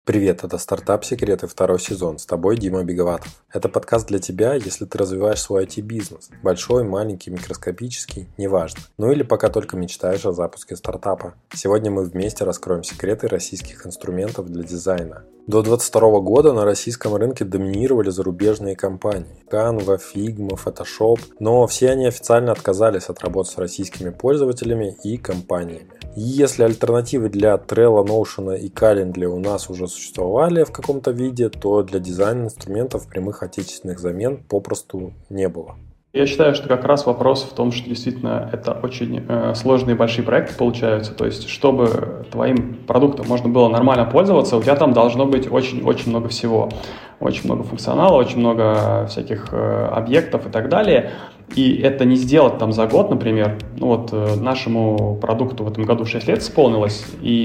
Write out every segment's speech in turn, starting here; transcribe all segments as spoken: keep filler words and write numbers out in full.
Привет, это «Стартап Секреты», второй сезон. С тобой Дима Беговатов. Это подкаст для тебя, если ты развиваешь свой ай ти-бизнес. Большой, маленький, микроскопический, неважно. Ну или пока только мечтаешь о запуске стартапа. Сегодня мы вместе раскроем секреты российских инструментов для дизайна. До двадцать второго года на российском рынке доминировали зарубежные компании. Canva, Figma, Photoshop. Но все они официально отказались от работы с российскими пользователями и компаниями. И если альтернативы для Trello, Notion и Calendly у нас уже существовали в каком-то виде, то для дизайна инструментов прямых отечественных замен попросту не было. Я считаю, что как раз вопрос в том, что действительно это очень э, сложные большие проекты получаются. То есть, чтобы твоим продуктом можно было нормально пользоваться, у тебя там должно быть очень-очень много всего. Очень много функционала, очень много всяких э, объектов и так далее. И это не сделать там за год, например. Ну вот э, нашему продукту в этом году шесть лет исполнилось,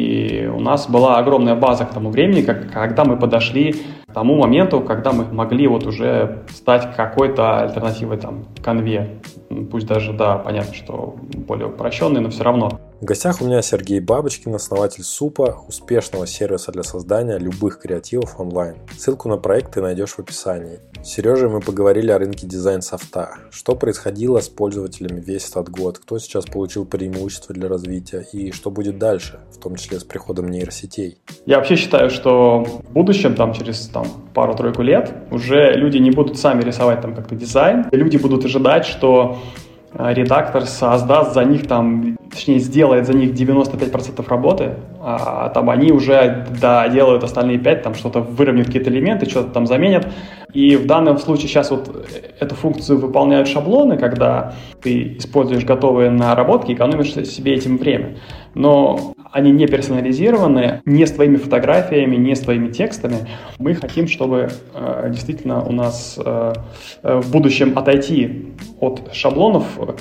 и у нас была огромная база к тому времени, как, когда мы подошли к тому моменту, когда мы могли вот уже стать какой-то альтернативой там Canva. Пусть даже, да, понятно, что более упрощенный, но все равно. В гостях у меня Сергей Бабочкин, основатель Супа, успешного сервиса для создания любых креативов онлайн. Ссылку на проект ты найдешь в описании. С Сережей мы поговорили о рынке дизайн-софта. Что происходило с пользователями весь этот год, кто сейчас получил преимущества для развития и что будет дальше, в том числе с приходом нейросетей. Я вообще считаю, что в будущем, там, через там, пару-тройку лет, уже люди не будут сами рисовать там как-то дизайн. Люди будут ожидать, что редактор создаст за них там, точнее сделает за них девяносто пять процентов работы, а там они уже доделают остальные пять, там что-то выровняют какие-то элементы, что-то там заменят. И в данном случае сейчас вот эту функцию выполняют шаблоны, когда ты используешь готовые наработки, экономишь себе этим время. Но они не персонализированы, не с твоими фотографиями, не с твоими текстами. Мы хотим, чтобы э, действительно у нас э, в будущем отойти от шаблонов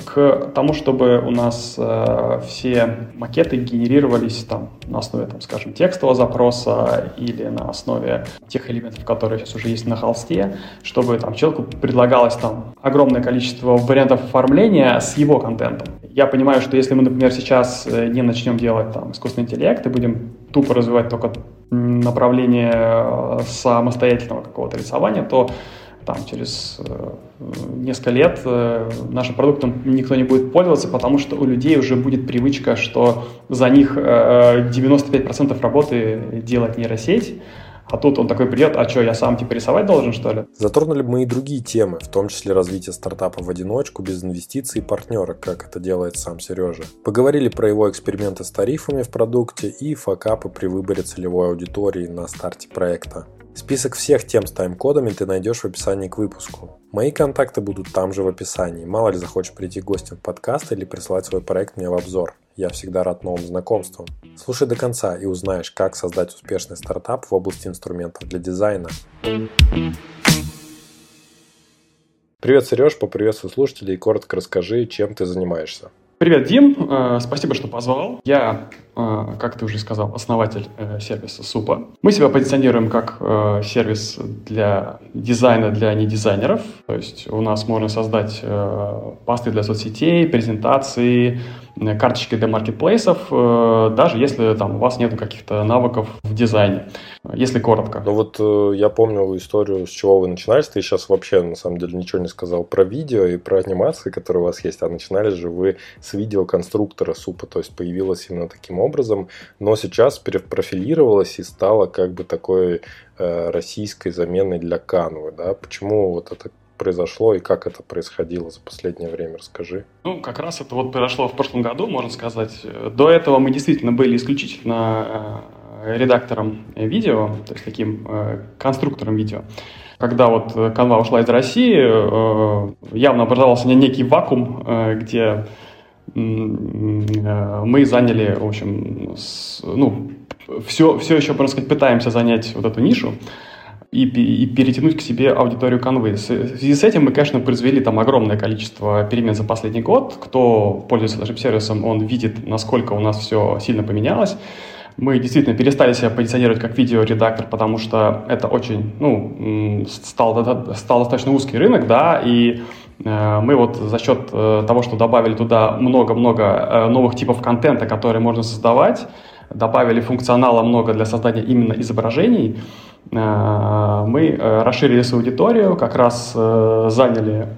к тому, чтобы у нас э, все макеты генерировались там, на основе, там, скажем, текстового запроса или на основе тех элементов, которые сейчас уже есть на холсте, чтобы там, человеку предлагалось там, огромное количество вариантов оформления с его контентом. Я понимаю, что если мы, например, сейчас не начнем делать там, искусственный интеллект и будем тупо развивать только направление самостоятельного какого-то рисования, то там, через э, несколько лет э, нашим продуктом никто не будет пользоваться, потому что у людей уже будет привычка, что за них э, девяносто пять процентов работы делает нейросеть. А тут он такой придет, а что, я сам типа рисовать должен, что ли? Затронули мы и другие темы, в том числе развитие стартапа в одиночку, без инвестиций и партнера, как это делает сам Сережа. Поговорили про его эксперименты с тарифами в продукте и факапы при выборе целевой аудитории на старте проекта. Список всех тем с тайм-кодами ты найдешь в описании к выпуску. Мои контакты будут там же в описании. Мало ли захочешь прийти гостем в подкаст или прислать свой проект мне в обзор. Я всегда рад новым знакомствам. Слушай до конца и узнаешь, как создать успешный стартап в области инструментов для дизайна. Привет, Сереж, поприветствуй слушателей и коротко расскажи, чем ты занимаешься. Привет, Дим. Э, спасибо, что позвал. Я, э, как ты уже сказал, основатель э, сервиса Супа. Мы себя позиционируем как э, сервис для дизайна для недизайнеров. То есть у нас можно создать э, посты для соцсетей, презентации, э, карточки для маркетплейсов, э, даже если там у вас нет каких-то навыков в дизайне, если коротко. Ну вот э, я помню историю, с чего вы начинались. Ты сейчас вообще, на самом деле, ничего не сказал про видео и про анимации, которые у вас есть. А начинали же вы с видеоконструктора Супа, то есть появилась именно таким образом, но сейчас перепрофилировалась и стала как бы такой э, российской заменой для Canva, да? Почему вот это произошло и как это происходило за последнее время, расскажи. Ну, как раз это вот произошло в прошлом году, можно сказать. До этого мы действительно были исключительно э, редактором видео, то есть таким э, конструктором видео. Когда вот Canva ушла из России, э, явно образовался некий вакуум, э, где мы заняли, в общем, с, ну, все, все еще, можно сказать, пытаемся занять вот эту нишу и, и перетянуть к себе аудиторию Canva. В связи с этим мы, конечно, произвели там огромное количество перемен за последний год. Кто пользуется нашим сервисом, он видит, насколько у нас все сильно поменялось. Мы действительно перестали себя позиционировать как видеоредактор, потому что это очень, ну, стал, стал достаточно узкий рынок, да, и мы вот за счет того, что добавили туда много-много новых типов контента, которые можно создавать, добавили функционала много для создания именно изображений, мы расширили свою аудиторию, как раз заняли,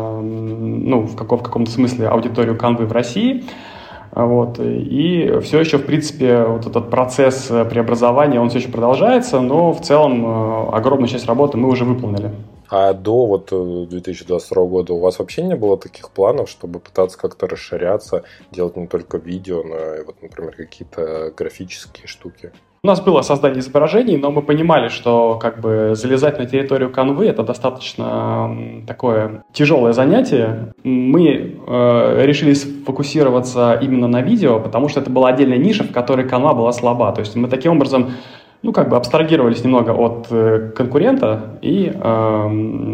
ну, в, каком- в каком-то смысле аудиторию Canva в России. Вот. И все еще, в принципе, вот этот процесс преобразования, он все еще продолжается, но в целом огромную часть работы мы уже выполнили. А до вот две тысячи двадцать второго года у вас вообще не было таких планов, чтобы пытаться как-то расширяться, делать не только видео, но и, вот, например, какие-то графические штуки? У нас было создание изображений, но мы понимали, что как бы залезать на территорию Canva — это достаточно м, такое тяжелое занятие. Мы э, решили сфокусироваться именно на видео, потому что это была отдельная ниша, в которой Canva была слаба. То есть мы таким образом, ну, как бы абстрагировались немного от э, конкурента и, э,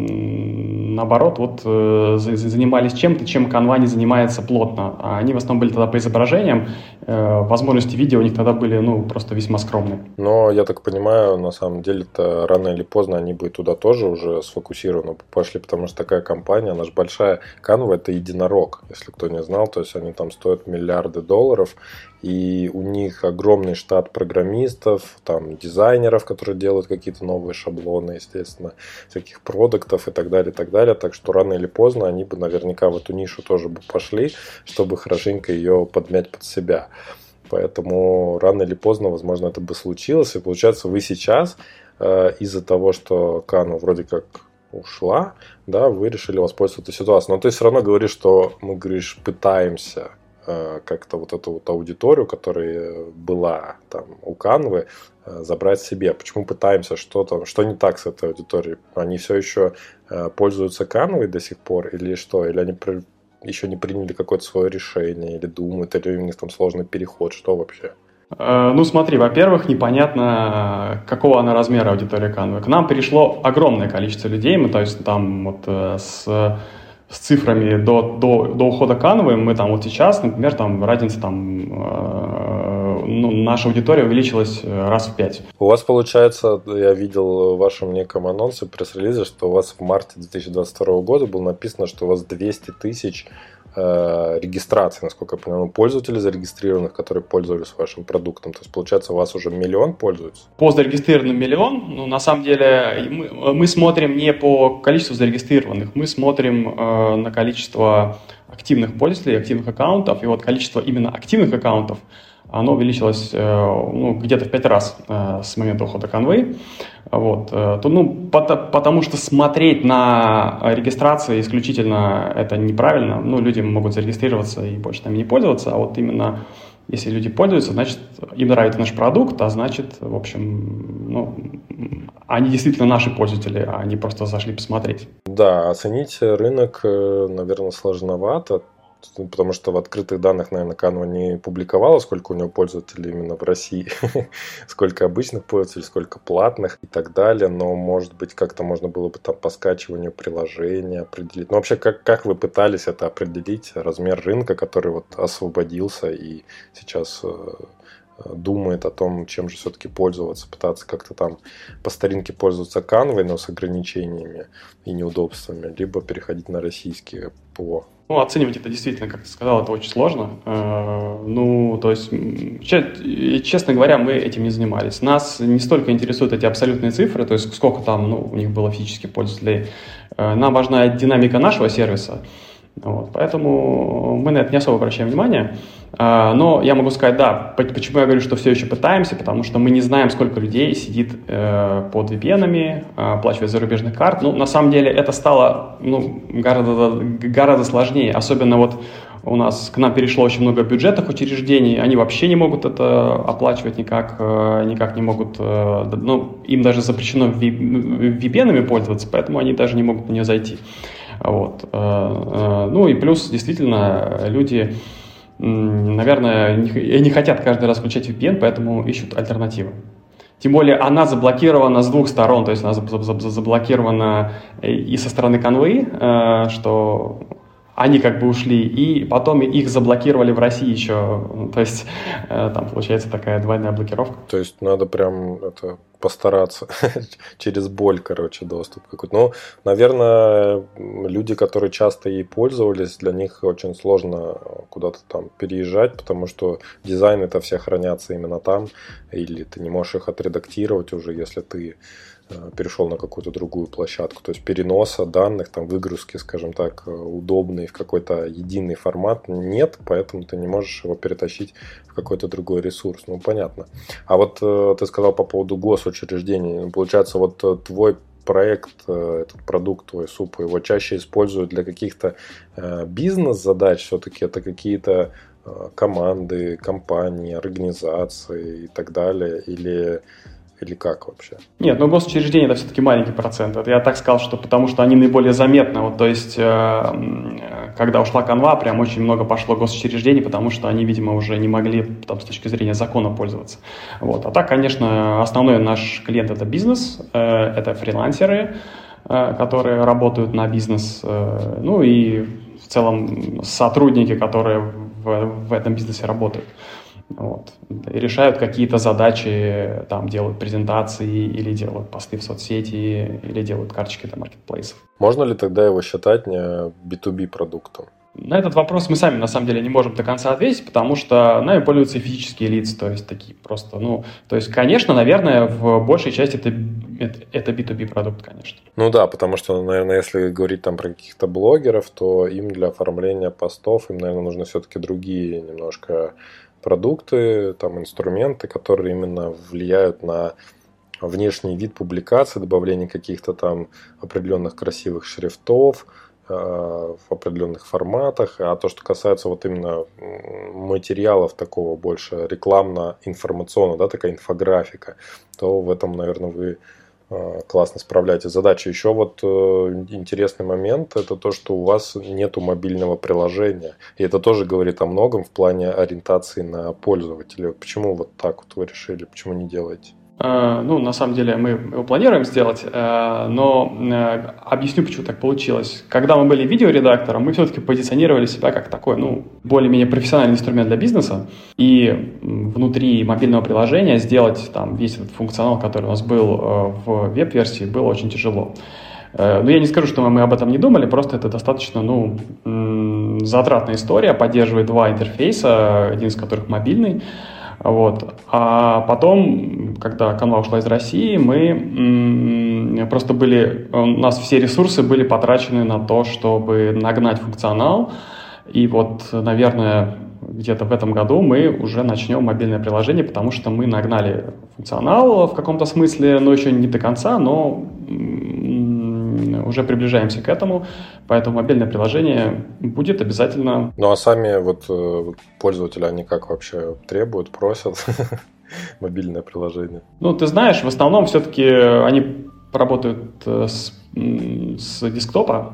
наоборот, вот э, за- занимались чем-то, чем Canva не занимается плотно. А они в основном были тогда по изображениям, э, возможности видео у них тогда были, ну, просто весьма скромные. Но, я так понимаю, на самом деле-то рано или поздно они бы туда тоже уже сфокусированно пошли, потому что такая компания, она же большая. Canva — это единорог, если кто не знал, то есть они там стоят миллиарды долларов, и у них огромный штат программистов, там дизайнеров, которые делают какие-то новые шаблоны, естественно, всяких продуктов и так далее, и так далее. Так что рано или поздно они бы наверняка в эту нишу тоже бы пошли, чтобы хорошенько ее подмять под себя. Поэтому рано или поздно, возможно, это бы случилось. И получается, вы сейчас э, из-за того, что Canva вроде как ушла, да, вы решили воспользоваться этой ситуацией. Но ты все равно говоришь, что мы, говоришь, пытаемся э, как-то вот эту вот аудиторию, которая была там у Canva, э, забрать себе. Почему пытаемся? Что там, что не так с этой аудиторией? Они все еще э, пользуются Canva до сих пор или что? Или они при- еще не приняли какое-то свое решение, или думают, или у них там сложный переход? Что вообще? Э, Ну, смотри, во-первых, непонятно, какого она размера аудитория Canva. К нам пришло огромное количество людей, мы, то есть, там вот э, с, с цифрами до, до, до ухода Canva мы там вот сейчас, например, там разница там, э, ну, наша аудитория увеличилась э, раз в пять. У вас, получается, я видел в вашем неком анонсе, пресс-релизе, что у вас в марте две тысячи двадцать второго года было написано, что у вас двести тысяч э, регистраций, насколько я понимаю, пользователей зарегистрированных, которые пользовались вашим продуктом. То есть, получается, у вас уже миллион пользуются? По зарегистрированным миллион, ну, на самом деле, мы, мы смотрим не по количеству зарегистрированных, мы смотрим э, на количество активных пользователей, активных аккаунтов, и вот количество именно активных аккаунтов, оно увеличилось э, ну, где-то в пять раз э, с момента ухода Canva. Вот. э, то, ну, пото- потому что смотреть на регистрации исключительно это неправильно. Ну, люди могут зарегистрироваться и больше нами не пользоваться, а вот именно если люди пользуются, значит, им нравится наш продукт, а значит, в общем, ну, они действительно наши пользователи, а они просто зашли посмотреть. Да, оценить рынок, э, наверное, сложновато, потому что в открытых данных, наверное, Canva не публиковала, сколько у него пользователей именно в России, сколько обычных пользователей, сколько платных и так далее, но, может быть, как-то можно было бы там по скачиванию приложения определить. Но вообще, как, как вы пытались это определить, размер рынка, который вот освободился и сейчас э, думает о том, чем же все-таки пользоваться, пытаться как-то там по старинке пользоваться Canva, но с ограничениями и неудобствами, либо переходить на российские ПО? Ну, оценивать это действительно, как ты сказал, это очень сложно. Э, Ну, то есть, м, че- честно говоря, мы этим не занимались. Нас не столько интересуют эти абсолютные цифры, то есть сколько там, ну, у них было физических пользователей. Э, Нам важна динамика нашего сервиса. Вот, поэтому мы на это не особо обращаем внимание. А, Но я могу сказать, да, по- почему я говорю, что все еще пытаемся, потому что мы не знаем, сколько людей сидит э, под ви пи эн-ами, э, оплачивает зарубежных карт. Ну, на самом деле это стало ну, гораздо, гораздо сложнее. Особенно вот у нас к нам перешло очень много бюджетных учреждений, они вообще не могут это оплачивать никак, э, никак не могут, э, д- ну, им даже запрещено ви пи эн-ами пользоваться, поэтому они даже не могут на нее зайти. Вот. э, э, Ну и плюс, действительно, люди, м, наверное, не, х- не хотят каждый раз включать ви пи эн, поэтому ищут альтернативы. Тем более она заблокирована с двух сторон, то есть она заб- заб- заблокирована и со стороны Canva, э, что они как бы ушли, и потом их заблокировали в России еще. То есть там получается такая двойная блокировка. То есть надо прям это постараться через боль, короче, доступ какой-то. Ну, наверное, люди, которые часто ей пользовались, для них очень сложно куда-то там переезжать, потому что дизайны-то все хранятся именно там, или ты не можешь их отредактировать уже, если ты перешел на какую-то другую площадку. То есть переноса данных, там выгрузки, скажем так, удобный в какой-то единый формат нет, поэтому ты не можешь его перетащить в какой-то другой ресурс. Ну, понятно. А вот ты сказал по поводу госучреждений. Получается, вот твой проект, этот продукт твой, суп, его чаще используют для каких-то бизнес-задач, все-таки это какие-то команды, компании, организации и так далее, или Или как вообще? Нет, ну госучреждения это все-таки маленький процент. Это я так сказал, что потому что они наиболее заметны. Вот, то есть, э, когда ушла Canva, прям очень много пошло госучреждений, потому что они, видимо, уже не могли там, с точки зрения закона пользоваться. Вот. А так, конечно, основной наш клиент это бизнес, э, это фрилансеры, э, которые работают на бизнес, э, ну и в целом сотрудники, которые в, в этом бизнесе работают. Вот. И решают какие-то задачи, там, делают презентации или делают посты в соцсети, или делают карточки для маркетплейсов. Можно ли тогда его считать не би ту би продуктом? На этот вопрос мы сами, на самом деле, не можем до конца ответить, потому что нами пользуются физические лица, то есть такие просто, ну, то есть, конечно, наверное, в большей части это, это, это би ту би продукт, конечно. Ну да, потому что, наверное, если говорить там про каких-то блогеров, то им для оформления постов, им, наверное, нужны все-таки другие немножко продукты, там, инструменты, которые именно влияют на внешний вид публикации, добавление каких-то там определенных красивых шрифтов э, в определенных форматах. А то, что касается вот именно материалов такого больше рекламно-информационного, да, такая инфографика, то в этом, наверное, вы классно справляете задачи. Еще вот э, интересный момент, это то, что у вас нету мобильного приложения. И это тоже говорит о многом в плане ориентации на пользователя. Почему вот так вот вы решили, почему не делаете? Ну, на самом деле мы его планируем сделать, но объясню, почему так получилось. Когда мы были видеоредактором, мы все-таки позиционировали себя как такой, ну, более-менее профессиональный инструмент для бизнеса, и внутри мобильного приложения сделать там весь этот функционал, который у нас был в веб-версии, было очень тяжело. Но я не скажу, что мы об этом не думали, просто это достаточно, ну, затратная история, поддерживает два интерфейса, один из которых мобильный. Вот. А потом, когда Canva ушла из России, мы м, просто были, у нас все ресурсы были потрачены на то, чтобы нагнать функционал. И вот, наверное, где-то в этом году мы уже начнем мобильное приложение, потому что мы нагнали функционал в каком-то смысле, но еще не до конца, но уже приближаемся к этому, поэтому мобильное приложение будет обязательно. Ну а сами вот пользователи, они как вообще требуют, просят мобильное приложение? Ну, ты знаешь, в основном все-таки они работают с, с десктопа,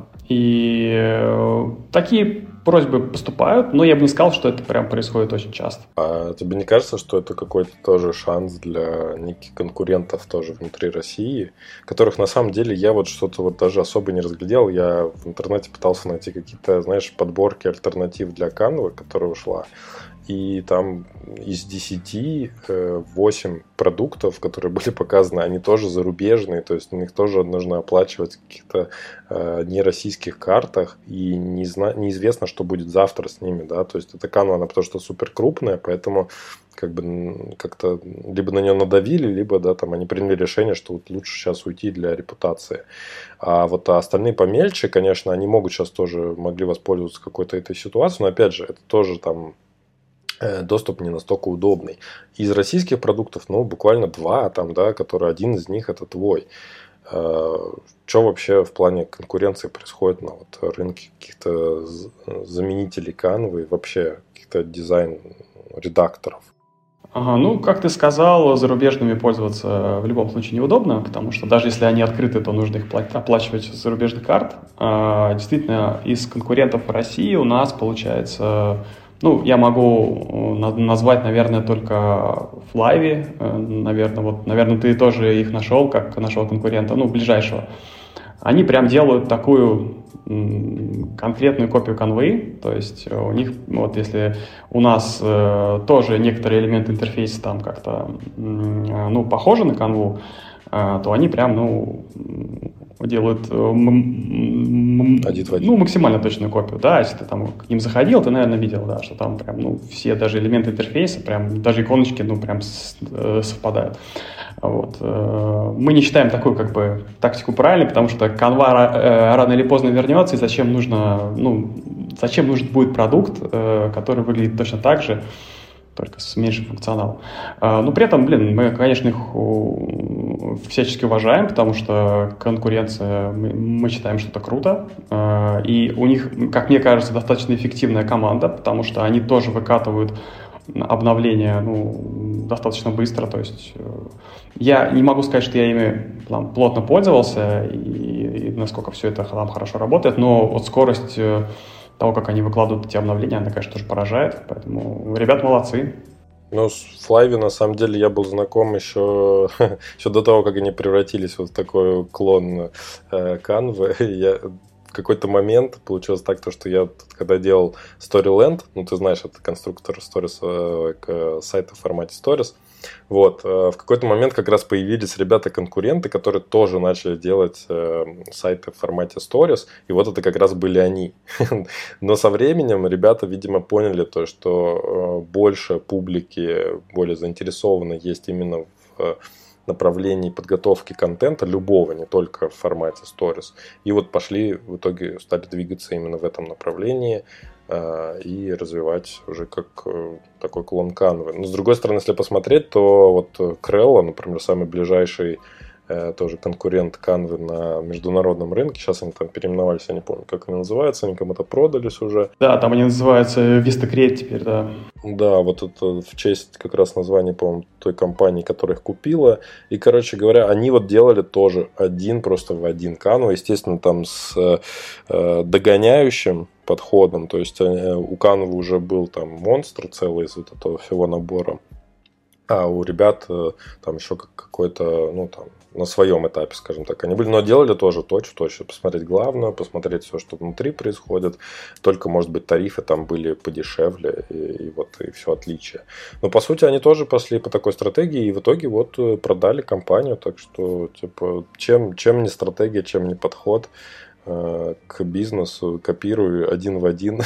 и такие просьбы поступают, но я бы не сказал, что это прям происходит очень часто. А тебе не кажется, что это какой-то тоже шанс для неких конкурентов тоже внутри России, которых на самом деле я вот что-то вот даже особо не разглядел. Я в интернете пытался найти какие-то, знаешь, подборки альтернатив для Canva, которая ушла. И там из десяти восемь продуктов, которые были показаны, они тоже зарубежные, то есть на них тоже нужно оплачивать в каких-то э, нероссийских картах, и не зна- неизвестно, что будет завтра с ними, да, то есть это Canva, она потому что супер крупная, поэтому как бы как-то либо на нее надавили, либо, да, там они приняли решение, что вот лучше сейчас уйти для репутации. А вот остальные помельче, конечно, они могут сейчас тоже могли воспользоваться какой-то этой ситуацией, но опять же, это тоже там доступ не настолько удобный. Из российских продуктов, ну, буквально два, там, да, которые один из них это твой. Что вообще в плане конкуренции происходит на вот рынке каких-то заменителей Canva и вообще каких-то дизайн-редакторов? Ага, ну, как ты сказал, зарубежными пользоваться в любом случае неудобно, потому что даже если они открыты, то нужно их оплачивать с зарубежных карт. А, действительно, из конкурентов в России у нас получается... Ну, я могу назвать, наверное, только Flyvi. Наверное, вот, наверное, ты тоже их нашел, как нашел конкурента, ну, ближайшего. Они прям делают такую конкретную копию канвы, то есть у них, вот если у нас э, тоже некоторые элементы интерфейса там как-то, ну, похожи на канву, э, то они прям, ну, делают м- один в один. Ну, максимально точную копию, да, если ты там к ним заходил, ты, наверное, видел, да, что там прям, ну, все даже элементы интерфейса, прям даже иконочки, ну, прям с, э, совпадают. Вот. Мы не считаем такую как бы тактику правильной, потому что канва рано или поздно вернется, и зачем нужно, ну, зачем нужен будет продукт, который выглядит точно так же, только с меньшим функционалом. Но при этом, блин, мы, конечно, их всячески уважаем, потому что конкуренция, мы, мы считаем, что это круто. И у них, как мне кажется, достаточно эффективная команда, потому что они тоже выкатывают обновления, ну, достаточно быстро, то есть я не могу сказать, что я ими там плотно пользовался и, и насколько все это там хорошо работает, но вот скорость того, как они выкладывают эти обновления, она, конечно, тоже поражает, поэтому ребят молодцы. Ну, с Flyvi, на самом деле, я был знаком еще, еще до того, как они превратились вот в такой клон э, Canva. Я в какой-то момент получилось так, то, что я, когда делал Storyland, ну, ты знаешь, это конструктор Stories, э, к сайту в формате Stories, вот, э, в какой-то момент как раз появились ребята-конкуренты, которые тоже начали делать э, сайты в формате Stories, и вот это как раз были они. Но со временем ребята, видимо, поняли то, что э, больше публики, более заинтересованы есть именно в э, направлений подготовки контента любого, не только в формате Stories. И вот пошли, в итоге стали двигаться именно в этом направлении э, и развивать уже как э, такой клон Canva. Но с другой стороны, если посмотреть, то вот Krello, например, самый ближайший э, тоже конкурент Canva на международном рынке. Сейчас они там переименовались, я не помню, как они называются, они кому-то продались уже. Да, там они называются VistaCreate теперь, да. Да, вот это в честь как раз названия, по-моему, той компании, которая их купила. И, короче говоря, они вот делали тоже один, просто в один Canva, естественно, там с э, догоняющим подходом. То есть э, у Canva уже был там монстр целый из вот этого всего набора. А у ребят э, там еще как, какой-то, ну там, на своем этапе, скажем так, они были, но делали тоже точь-в-точь, посмотреть главное, посмотреть все, что внутри происходит, только, может быть, тарифы там были подешевле, и, и вот и все отличие. Но, по сути, они тоже пошли по такой стратегии, и в итоге вот продали компанию, так что, типа, чем, чем не стратегия, чем не подход э, к бизнесу, копирую один в один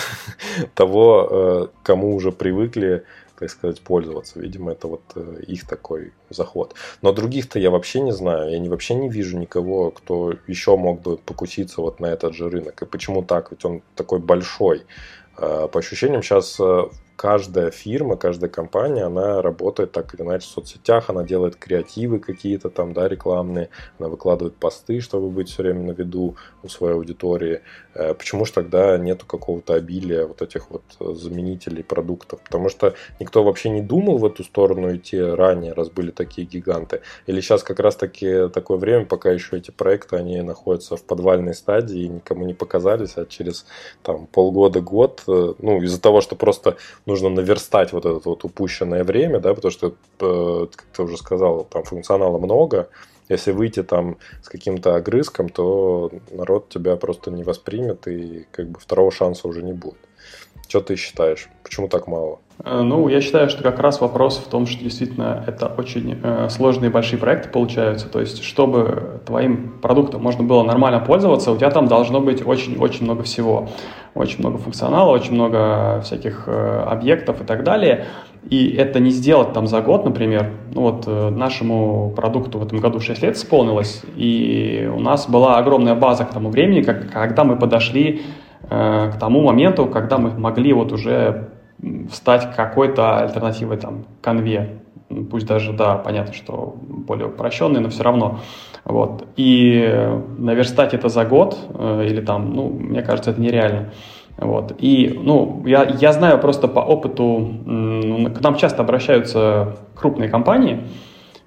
того, э, кому уже привыкли, так сказать, пользоваться. Видимо, это вот их такой заход. Но других-то я вообще не знаю. Я не, вообще не вижу никого, кто еще мог бы покуситься вот на этот же рынок. И почему так? Ведь он такой большой. По ощущениям, сейчас каждая фирма, каждая компания, она работает так или иначе в соцсетях, она делает креативы какие-то там, да, рекламные, она выкладывает посты, чтобы быть все время на виду у своей аудитории. Почему же тогда нету какого-то обилия вот этих вот заменителей продуктов? Потому что никто вообще не думал в эту сторону идти ранее, раз были такие гиганты. Или сейчас как раз-таки такое время, пока еще эти проекты, они находятся в подвальной стадии и никому не показались, а через там полгода-год, ну, из-за того, что просто нужно наверстать вот это вот упущенное время, да, потому что, как ты уже сказал, там функционала много. Если выйти там с каким-то огрызком, то народ тебя просто не воспримет, и как бы второго шанса уже не будет. Что ты считаешь? Почему так мало? Ну, я считаю, что как раз вопрос в том, что действительно это очень э, сложные большие проекты получаются. То есть, чтобы твоим продуктом можно было нормально пользоваться, у тебя там должно быть очень-очень много всего. Очень много функционала, очень много всяких э, объектов и так далее. И это не сделать там за год, например. Ну, вот э, нашему продукту в этом году шесть лет исполнилось, и у нас была огромная база к тому времени, как, когда мы подошли э, к тому моменту, когда мы могли вот уже стать какой-то альтернативой там канве. Пусть даже, да, понятно, что более упрощенный, но все равно. Вот. И наверстать это за год, э, или там, ну, мне кажется, это нереально. Вот. И, ну, я, я знаю просто по опыту, м, к нам часто обращаются крупные компании,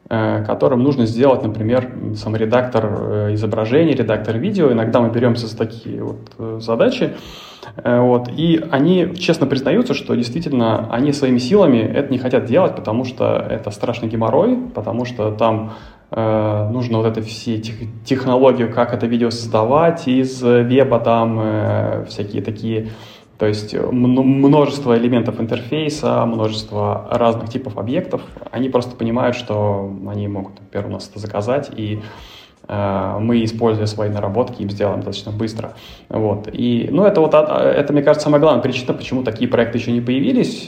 которым нужно сделать, например, сам редактор изображений, редактор видео. Иногда мы беремся за такие вот задачи. Вот. И они честно признаются, что действительно они своими силами это не хотят делать, потому что это страшный геморрой, потому что там э, нужно вот это все тех, технологии, как это видео создавать из веба, там э, всякие такие, то есть множество элементов интерфейса, множество разных типов объектов. Они просто понимают, что они могут, например, у нас это заказать, и мы, используя свои наработки, им сделаем достаточно быстро. Вот. И, ну, это, вот, это, мне кажется, самая главная причина, почему такие проекты еще не появились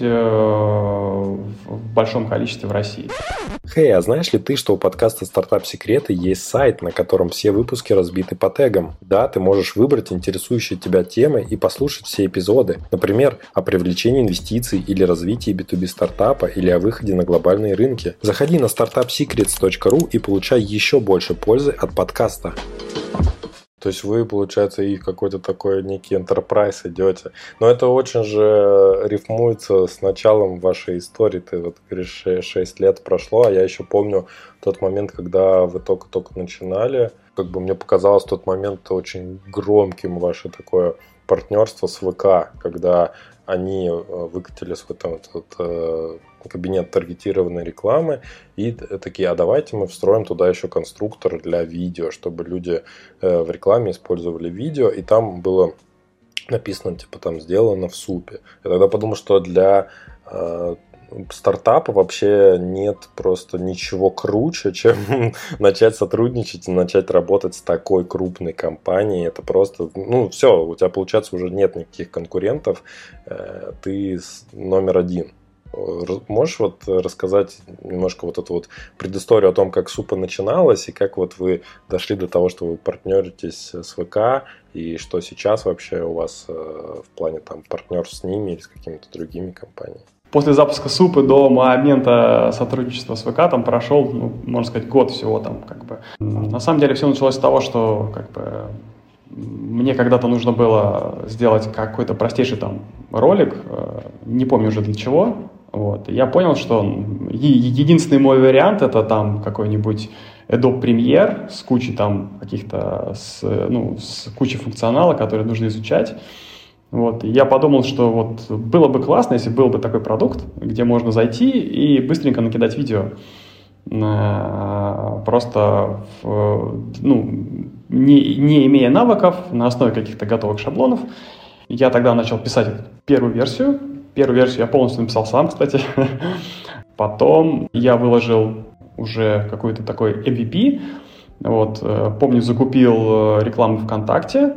в большом количестве в России. Хей, hey, а знаешь ли ты, что у подкаста «Стартап-секреты» есть сайт, на котором все выпуски разбиты по тегам? Да, ты можешь выбрать интересующие тебя темы и послушать все эпизоды. Например, о привлечении инвестиций или развитии би ту би стартапа или о выходе на глобальные рынки. Заходи на стартап секретс точка ру и получай еще больше пользы от подкаста. То есть вы, получается, и какой-то такой некий enterprise идете. Но это очень же рифмуется с началом вашей истории. Ты вот говоришь, шесть лет прошло, а я еще помню тот момент, когда вы только-только начинали. Как бы мне показалось в тот момент очень громким ваше такое партнерство с ВК, когда они выкатили свой там этот кабинет таргетированной рекламы и такие, а давайте мы встроим туда еще конструктор для видео, чтобы люди в рекламе использовали видео, и там было написано, типа, там сделано в супе. Я тогда подумал, что для э, стартапа вообще нет просто ничего круче, чем начать сотрудничать и начать работать с такой крупной компанией. Это просто, ну, все, у тебя, получается, уже нет никаких конкурентов, э, ты номер один. Можешь вот рассказать немножко вот эту вот предысторию о том, как Супа начиналась и как вот вы дошли до того, что вы партнеритесь с ВК и что сейчас вообще у вас в плане там партнерств с ними или с какими-то другими компаниями? После запуска Супы до момента сотрудничества с ВК там прошел, ну, можно сказать, год всего там как бы. На самом деле все началось с того, что как бы мне когда-то нужно было сделать какой-то простейший там ролик, не помню уже для чего. Вот. Я понял, что единственный мой вариант это там какой-нибудь Adobe Premiere с кучей там каких-то, с, ну, с кучей функционала, который нужно изучать. Вот. И я подумал, что вот было бы классно, если был бы такой продукт, где можно зайти и быстренько накидать видео. Просто ну, не, не имея навыков, на основе каких-то готовых шаблонов. Я тогда начал писать первую версию. Первую версию я полностью написал сам, кстати. Потом я выложил уже какой-то такой эм ви пи. Вот, помню, закупил рекламу ВКонтакте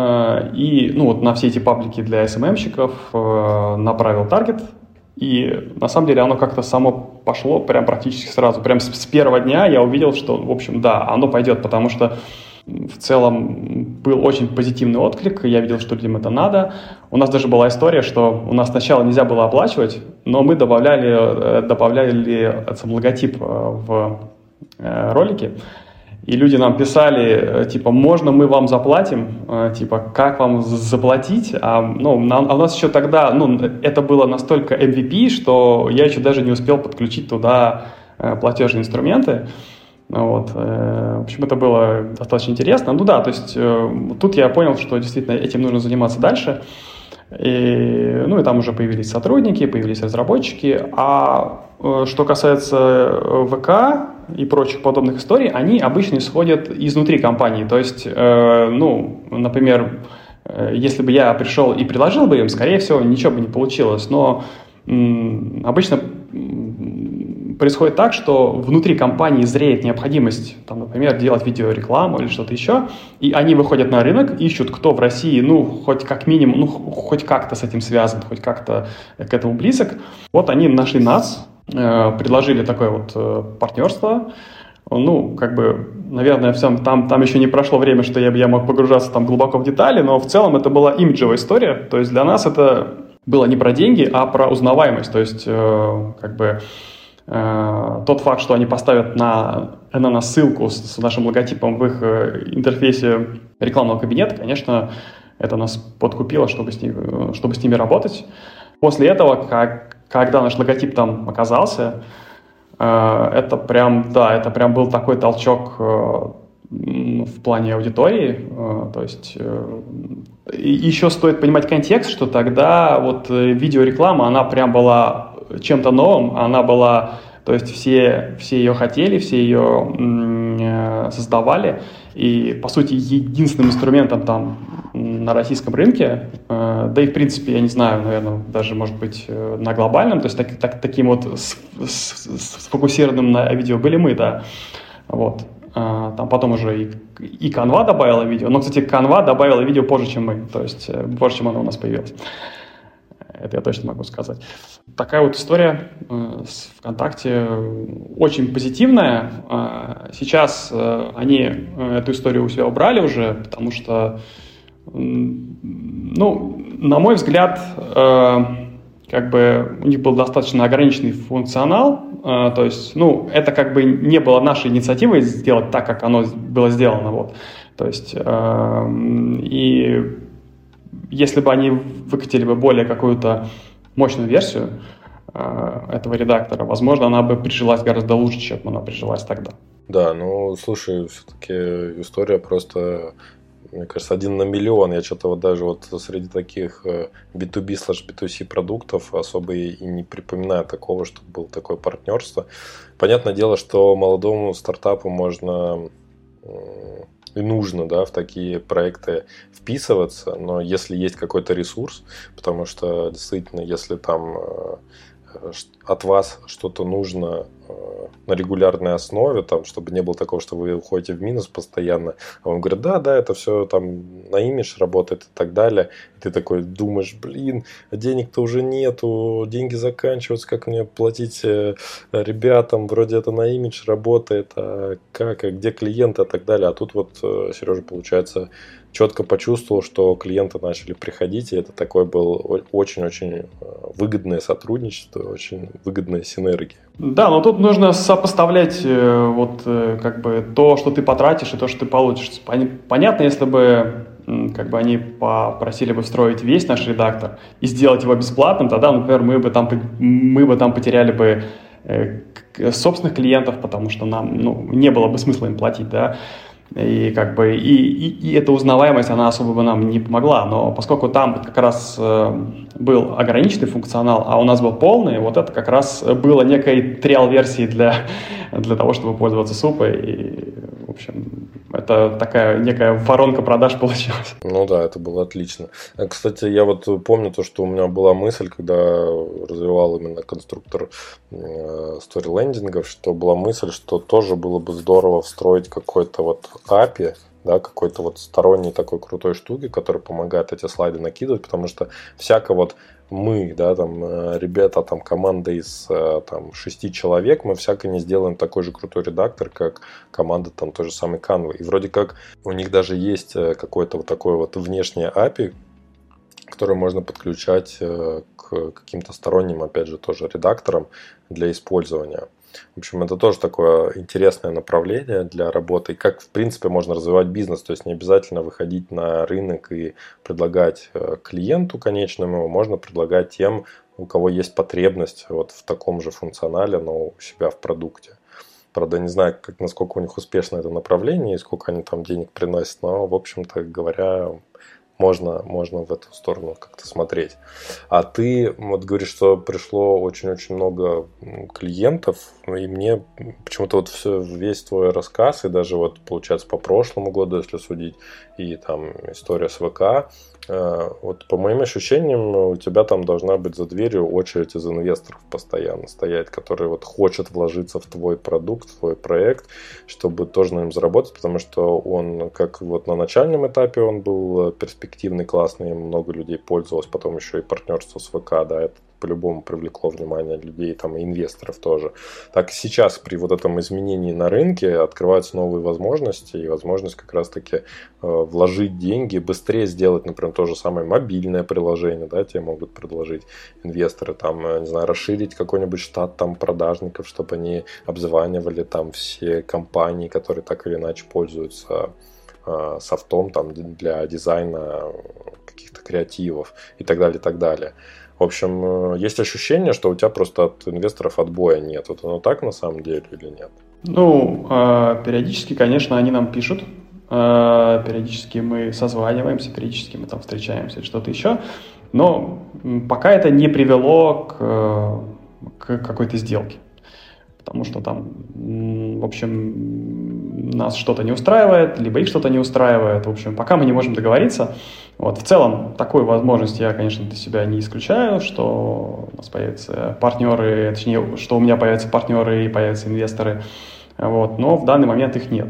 и ну, вот на все эти паблики для эс эм эм-щиков направил таргет. И на самом деле оно как-то само пошло прям практически сразу. Прям с, с первого дня я увидел, что, в общем, да, оно пойдет, потому что в целом был очень позитивный отклик, я видел, что людям это надо. У нас даже была история, что у нас сначала нельзя было оплачивать, но мы добавляли, добавляли сам логотип в ролики. И люди нам писали, типа, можно мы вам заплатим, типа, как вам заплатить? А, ну, а у нас еще тогда, ну, это было настолько эм ви пи, что я еще даже не успел подключить туда платежные инструменты. Вот. В общем, это было достаточно интересно. Ну да, то есть тут я понял, что действительно этим нужно заниматься дальше. И, ну и там уже появились сотрудники, появились разработчики. А что касается ВК и прочих подобных историй, они обычно исходят изнутри компании. То есть, ну, например, если бы я пришел и предложил бы им, скорее всего, ничего бы не получилось. Но обычно происходит так, что внутри компании зреет необходимость, там, например, делать видеорекламу или что-то еще, и они выходят на рынок, ищут, кто в России, ну, хоть как минимум, ну, хоть как-то с этим связан, хоть как-то к этому близок. Вот они нашли нас, э, предложили такое вот э, партнерство. Ну, как бы, наверное, всем, там, там еще не прошло время, что я, я мог погружаться там глубоко в детали, но в целом это была имиджевая история, то есть для нас это было не про деньги, а про узнаваемость, то есть, э, как бы, тот факт, что они поставят на, на нас ссылку с, с нашим логотипом в их интерфейсе рекламного кабинета, конечно, это нас подкупило, чтобы с, ними, чтобы с ними работать. После этого, как, когда наш логотип там оказался, Это прям, да, это прям был такой толчок в плане аудитории. То есть еще стоит понимать контекст, что тогда вот видеореклама, она прям была чем-то новым, она была, то есть все, все ее хотели, все ее создавали, и, по сути, единственным инструментом там на российском рынке, да и, в принципе, я не знаю, наверное, даже, может быть, на глобальном, то есть так, так, таким вот сфокусированным на видео были мы, да, вот. Там потом уже и, и Canva добавила видео, но, кстати, Canva добавила видео позже, чем мы, то есть позже, чем оно у нас появилось. Это я точно могу сказать. Такая вот история с ВКонтакте очень позитивная. Сейчас они эту историю у себя убрали уже, потому что, ну, на мой взгляд, как бы у них был достаточно ограниченный функционал. То есть, ну, это как бы не было нашей инициативой сделать так, как оно было сделано. Вот. То есть, и если бы они выкатили бы более какую-то мощную версию э, этого редактора, возможно, она бы прижилась гораздо лучше, чем она прижилась тогда. Да, ну, слушай, все-таки история просто, мне кажется, один на миллион. Я что-то вот даже вот среди таких би ту би слэш би ту си продуктов особо и не припоминаю такого, чтобы было такое партнерство. Понятное дело, что молодому стартапу можно и нужно, да, в такие проекты вписываться, но если есть какой-то ресурс, потому что действительно, если там от вас что-то нужно на регулярной основе, там, чтобы не было такого, что вы уходите в минус постоянно, а вам говорят, да, да, это все там на имидж работает и так далее, и ты такой думаешь, блин, денег-то уже нету, деньги заканчиваются, как мне платить ребятам, вроде это на имидж работает, а как, а где клиенты и так далее, а тут вот Сережа, получается, четко почувствовал, что клиенты начали приходить, и это такое было очень-очень выгодное сотрудничество, очень выгодная синергия. Да, но тут нужно сопоставлять вот как бы то, что ты потратишь, и то, что ты получишь. Понятно, если бы как бы они попросили бы встроить весь наш редактор и сделать его бесплатным, тогда, например, мы бы там, мы бы там потеряли бы собственных клиентов, потому что нам, ну, не было бы смысла им платить, да. И как бы и, и, и эта узнаваемость, она особо бы нам не помогла. Но поскольку там как раз э, был ограниченный функционал, а у нас был полный, вот это как раз было некой триал-версией для, для того, чтобы пользоваться супой. И, в общем, это такая некая воронка продаж получилась. Ну да, это было отлично. Кстати, я вот помню то, что у меня была мысль, когда развивал именно конструктор сторилендингов, что была мысль, что тоже было бы здорово встроить какой-то вот эй пи ай, да, какой-то вот сторонней такой крутой штуки, которая помогает эти слайды накидывать, потому что всяко вот мы, да, там, ребята, там, команда из там, шести человек, мы всяко не сделаем такой же крутой редактор, как команда там той же самой Canva. И вроде как у них даже есть какое-то вот такое вот внешнее эй пи ай, которое можно подключать к каким-то сторонним, опять же, тоже редакторам для использования. В общем, это тоже такое интересное направление для работы. И как, в принципе, можно развивать бизнес. То есть не обязательно выходить на рынок и предлагать клиенту конечному. Можно предлагать тем, у кого есть потребность вот в таком же функционале, но у себя в продукте. Правда, не знаю, как, насколько у них успешно это направление и сколько они там денег приносят. Но, в общем-то говоря, можно, можно в эту сторону как-то смотреть. А ты вот говоришь, что пришло очень-очень много клиентов, и мне почему-то вот все, весь твой рассказ, и даже вот, получается, по прошлому году, если судить, и там история с ВК, вот по моим ощущениям, у тебя там должна быть за дверью очередь из инвесторов постоянно стоять, которые вот хочет вложиться в твой продукт, в твой проект, чтобы тоже на нем заработать, потому что он, как вот на начальном этапе он был перспективный, классный, много людей пользовалось, потом еще и партнерство с ВК, да, это по-любому привлекло внимание людей, там, и инвесторов тоже. Так и сейчас при вот этом изменении на рынке открываются новые возможности, и возможность как раз-таки э, вложить деньги, быстрее сделать, например, то же самое мобильное приложение, да, тебе могут предложить инвесторы, там, не знаю, расширить какой-нибудь штат там продажников, чтобы они обзванивали там все компании, которые так или иначе пользуются э, софтом там для дизайна каких-то креативов и так далее, и так далее. В общем, есть ощущение, что у тебя просто от инвесторов отбоя нет. Вот оно так на самом деле или нет? Ну, периодически, конечно, они нам пишут. Периодически мы созваниваемся, периодически мы там встречаемся, что-то еще. Но пока это не привело к, к какой-то сделке. Потому что там, в общем, нас что-то не устраивает, либо их что-то не устраивает. В общем, пока мы не можем договориться. Вот, в целом, такую возможность я, конечно, для себя не исключаю, что у нас появятся партнеры, точнее, что у меня появятся партнеры и появятся инвесторы. Вот, но в данный момент их нет.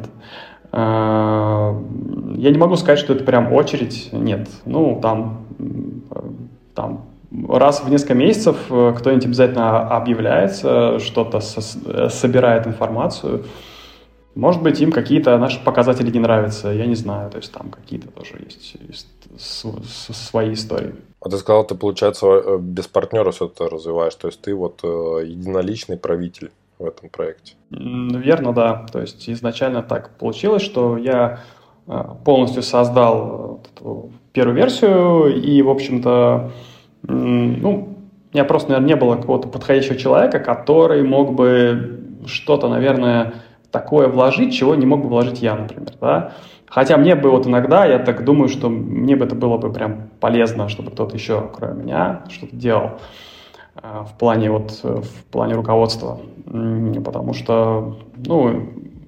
Я не могу сказать, что это прям очередь. Нет. Ну, там, там раз в несколько месяцев кто-нибудь обязательно объявляется, что-то со- собирает информацию. Может быть, им какие-то наши показатели не нравятся, я не знаю. То есть там какие-то тоже есть, есть свои истории. А ты сказал, ты, получается, без партнера все это развиваешь. То есть ты вот единоличный правитель в этом проекте. Верно, да. То есть изначально так получилось, что я полностью создал эту первую версию, и, в общем-то, ну, у меня просто, наверное, не было какого-то подходящего человека, который мог бы что-то, наверное, такое вложить, чего не мог бы вложить я, например, да. Хотя мне бы вот иногда, я так думаю, что мне бы это было бы прям полезно, чтобы кто-то еще, кроме меня, что-то делал в плане вот, в плане руководства, потому что, ну,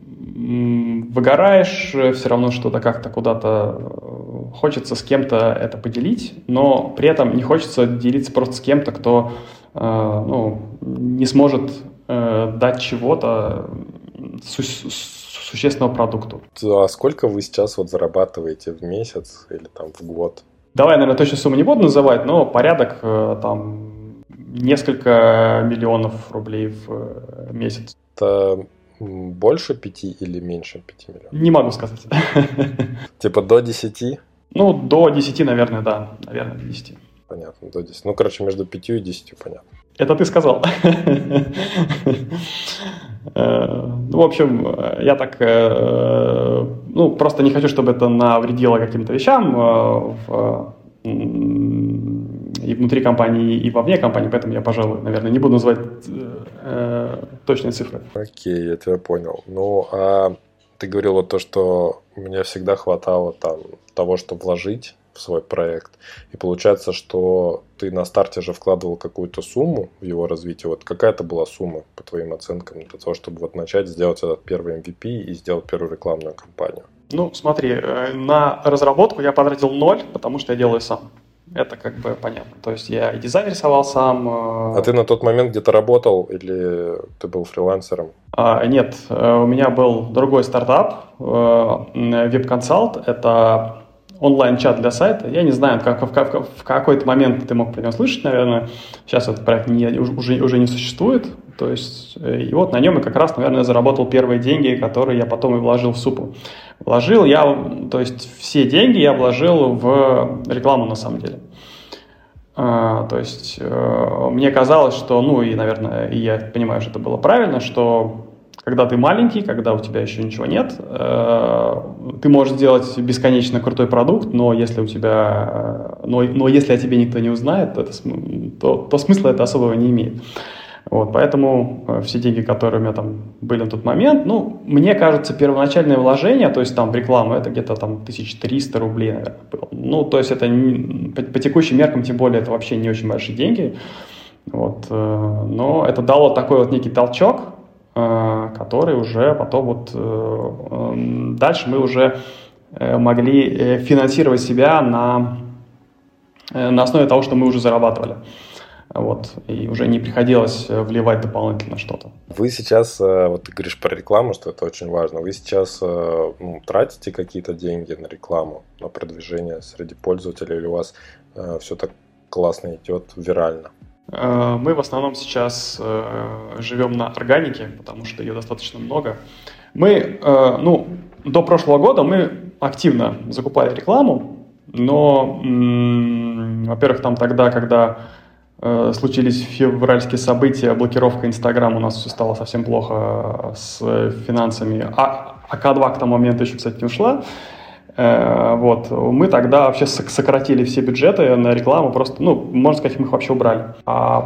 выгораешь, все равно что-то как-то куда-то хочется с кем-то это поделить, но при этом не хочется делиться просто с кем-то, кто, ну, не сможет дать чего-то су- существенного продукту. А сколько вы сейчас вот зарабатываете в месяц или там в год? Давай, наверное, точно сумму не буду называть, но порядок там несколько миллионов рублей в месяц. Это больше пяти или меньше пяти миллионов? Не могу сказать. Типа до десяти? Ну, до десяти, наверное, да. Наверное, до десяти. Понятно, до десяти. Ну, короче, между пятью и десятью, понятно. Это ты сказал. Ну, в общем, я так, ну, просто не хочу, чтобы это навредило каким-то вещам в, и внутри компании, и вовне компании, поэтому я, пожалуй, наверное, не буду называть э, точные цифры. Окей, я тебя понял. Ну, а ты говорил вот то, что мне всегда хватало там того, чтобы вложить в свой проект. И получается, что ты на старте же вкладывал какую-то сумму в его развитие. Вот какая-то была сумма, по твоим оценкам, для того, чтобы вот начать сделать этот первый эм ви пи и сделать первую рекламную кампанию? Ну, смотри, на разработку я потратил ноль, потому что я делаю сам. Это как бы понятно. То есть я и дизайн рисовал сам. А ты на тот момент где-то работал или ты был фрилансером? А, нет, у меня был другой стартап, WebConsult. Это онлайн-чат для сайта. Я не знаю, как, в, в, в какой-то момент ты мог про него слышать, наверное. Сейчас этот проект не, уже, уже не существует. То есть, и вот на нем я как раз, наверное, заработал первые деньги, которые я потом и вложил в Супу. Вложил я, то есть все деньги я вложил в рекламу на самом деле. А, то есть э, мне казалось, что, ну и, наверное, и я понимаю, что это было правильно, что когда ты маленький, когда у тебя еще ничего нет, э, ты можешь сделать бесконечно крутой продукт, но если у тебя, но, но если о тебе никто не узнает, то, это, то, то смысла это особого не имеет. Вот, поэтому э, все деньги, которые у меня там были на тот момент, ну, мне кажется, первоначальное вложение, то есть там в рекламу, это где-то там тысяча триста рублей, наверное, было. Ну, то есть это не, по, по текущим меркам, тем более, это вообще не очень большие деньги. Вот, э, но это дало такой вот некий толчок, э, который уже потом вот э, э, дальше мы уже э, могли э, финансировать себя на, э, на основе того, что мы уже зарабатывали. Вот, и уже не приходилось вливать дополнительно что-то. Вы сейчас, вот ты говоришь про рекламу, что это очень важно, вы сейчас ну, тратите какие-то деньги на рекламу, на продвижение среди пользователей, или у вас э, все так классно идет вирально? Мы в основном сейчас э, живем на органике, потому что ее достаточно много. Мы, э, ну, до прошлого года мы активно закупали рекламу, но, м- во-первых, там тогда, когда случились февральские события, блокировка Инстаграма, у нас все стало совсем плохо с финансами. А АК два к тому моменту еще, кстати, не ушла. Вот, мы тогда вообще сократили все бюджеты на рекламу, просто, ну, можно сказать, мы их вообще убрали. А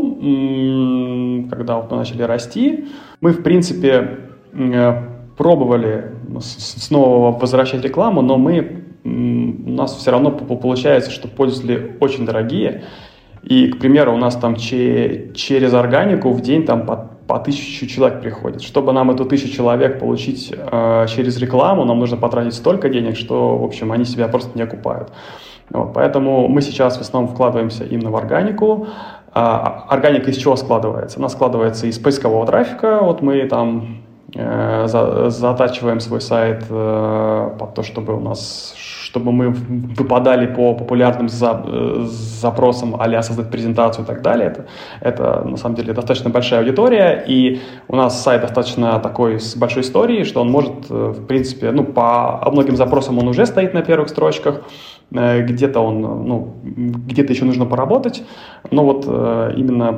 потом, когда вот мы начали расти, мы, в принципе, пробовали снова возвращать рекламу, но мы, у нас все равно получается, что пользователи очень дорогие. И, к примеру, у нас там че- через органику в день там по, по тысячу человек приходит. Чтобы нам эту тысячу человек получить э, через рекламу, нам нужно потратить столько денег, что, в общем, они себя просто не окупают. Вот, поэтому мы сейчас в основном вкладываемся именно в органику. А, органика из чего складывается? Она складывается из поискового трафика. Вот мы там э, за, затачиваем свой сайт э, под то, чтобы у нас... чтобы мы выпадали по популярным за, запросам а-ля создать презентацию и так далее. Это, это, на самом деле, достаточно большая аудитория, и у нас сайт достаточно такой с большой историей, что он может, в принципе, ну, по многим запросам он уже стоит на первых строчках, где-то он, ну, где-то еще нужно поработать, но вот именно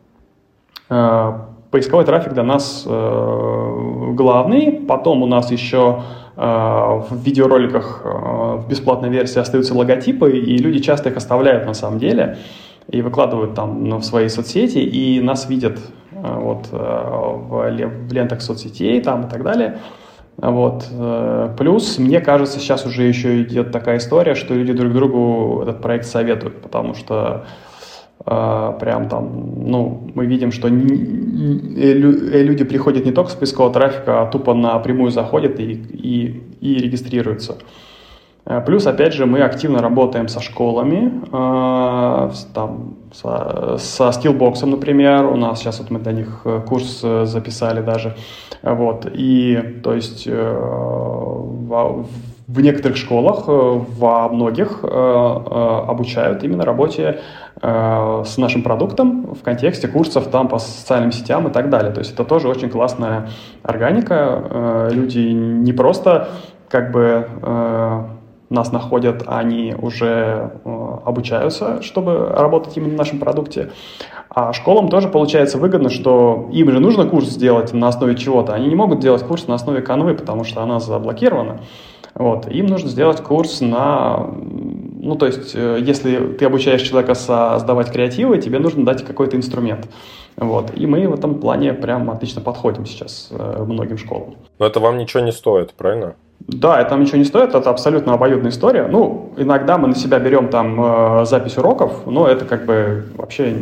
поисковой трафик для нас главный. Потом у нас еще в видеороликах в бесплатной версии остаются логотипы, и люди часто их оставляют на самом деле и выкладывают там, ну, в свои соцсети, и нас видят вот, в лентах соцсетей там, и так далее. Вот. Плюс, мне кажется, сейчас уже еще идет такая история, что люди друг другу этот проект советуют, потому что Uh, прям там, ну, мы видим, что не, не, люди приходят не только с поискового трафика, а тупо напрямую заходят и, и, и регистрируются. Uh, плюс, опять же, мы активно работаем со школами, uh, там, со, со Skillbox, например, у нас сейчас вот мы для них курс записали даже, вот, и, то есть, uh, в, в некоторых школах, во многих обучают именно работе с нашим продуктом в контексте курсов там по социальным сетям и так далее. То есть это тоже очень классная органика. Люди не просто как бы нас находят, они уже обучаются, чтобы работать именно на нашем продукте. А школам тоже получается выгодно, что им же нужно курс сделать на основе чего-то. Они не могут делать курс на основе канвы, потому что она заблокирована. Вот. Им нужно сделать курс на... Ну, то есть, если ты обучаешь человека создавать креативы, тебе нужно дать какой-то инструмент. Вот. И мы в этом плане прям отлично подходим сейчас многим школам. Но это вам ничего не стоит, правильно? Да, это нам ничего не стоит, это абсолютно обоюдная история. Ну, иногда мы на себя берем там запись уроков, но это как бы вообще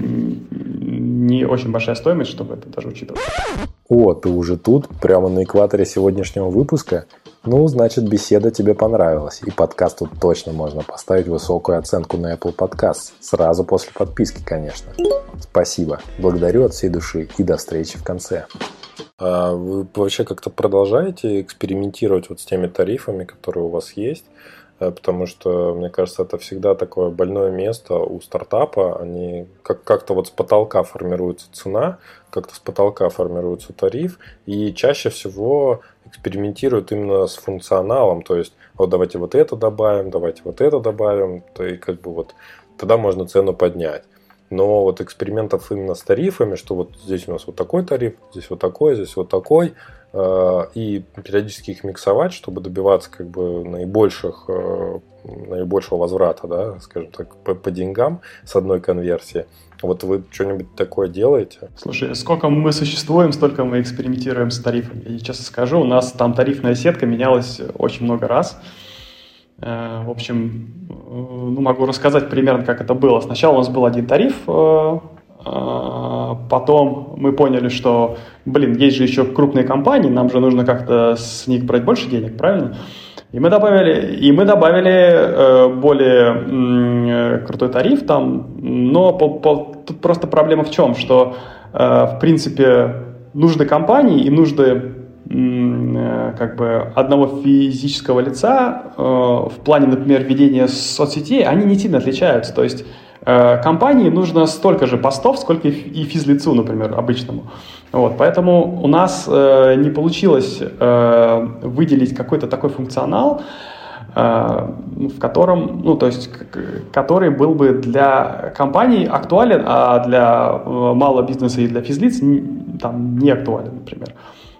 не очень большая стоимость, чтобы это даже учитывать. О, ты уже тут, прямо на экваторе сегодняшнего выпуска? Ну, значит, беседа тебе понравилась, и подкасту точно можно поставить высокую оценку на Apple Podcasts, сразу после подписки, конечно. Спасибо, благодарю от всей души, и до встречи в конце. А вы вообще как-то продолжаете экспериментировать вот с теми тарифами, которые у вас есть? Потому что, мне кажется, это всегда такое больное место у стартапа. Они как- как-то вот с потолка формируется цена, как-то с потолка формируется тариф, и чаще всего экспериментируют именно с функционалом. То есть, вот давайте вот это добавим, давайте вот это добавим, то и как бы вот тогда можно цену поднять. Но вот экспериментов именно с тарифами, что вот здесь у нас вот такой тариф, здесь вот такой, здесь вот такой, и периодически их миксовать, чтобы добиваться как бы наибольших, наибольшего возврата, да, скажем так, по, по деньгам с одной конверсии. Вот вы что-нибудь такое делаете? Слушай, сколько мы существуем, столько мы экспериментируем с тарифами. И честно скажу, у нас там тарифная сетка менялась очень много раз. В общем, ну, могу рассказать примерно, как это было. Сначала у нас был один тариф, потом мы поняли, что, блин, есть же еще крупные компании, нам же нужно как-то с них брать больше денег, правильно? И мы добавили, и мы добавили более крутой тариф там, но по, по, тут просто проблема в чем, что, в принципе, нужды компании и нужды как бы одного физического лица э, в плане, например, ведения соцсетей, они не сильно отличаются. То есть э, компании нужно столько же постов, сколько и физлицу, например, обычному. Вот, поэтому у нас э, не получилось э, выделить какой-то такой функционал, э, в котором, ну, то есть, который был бы для компаний актуален, а для э, малого бизнеса и для физлиц там не актуален, например.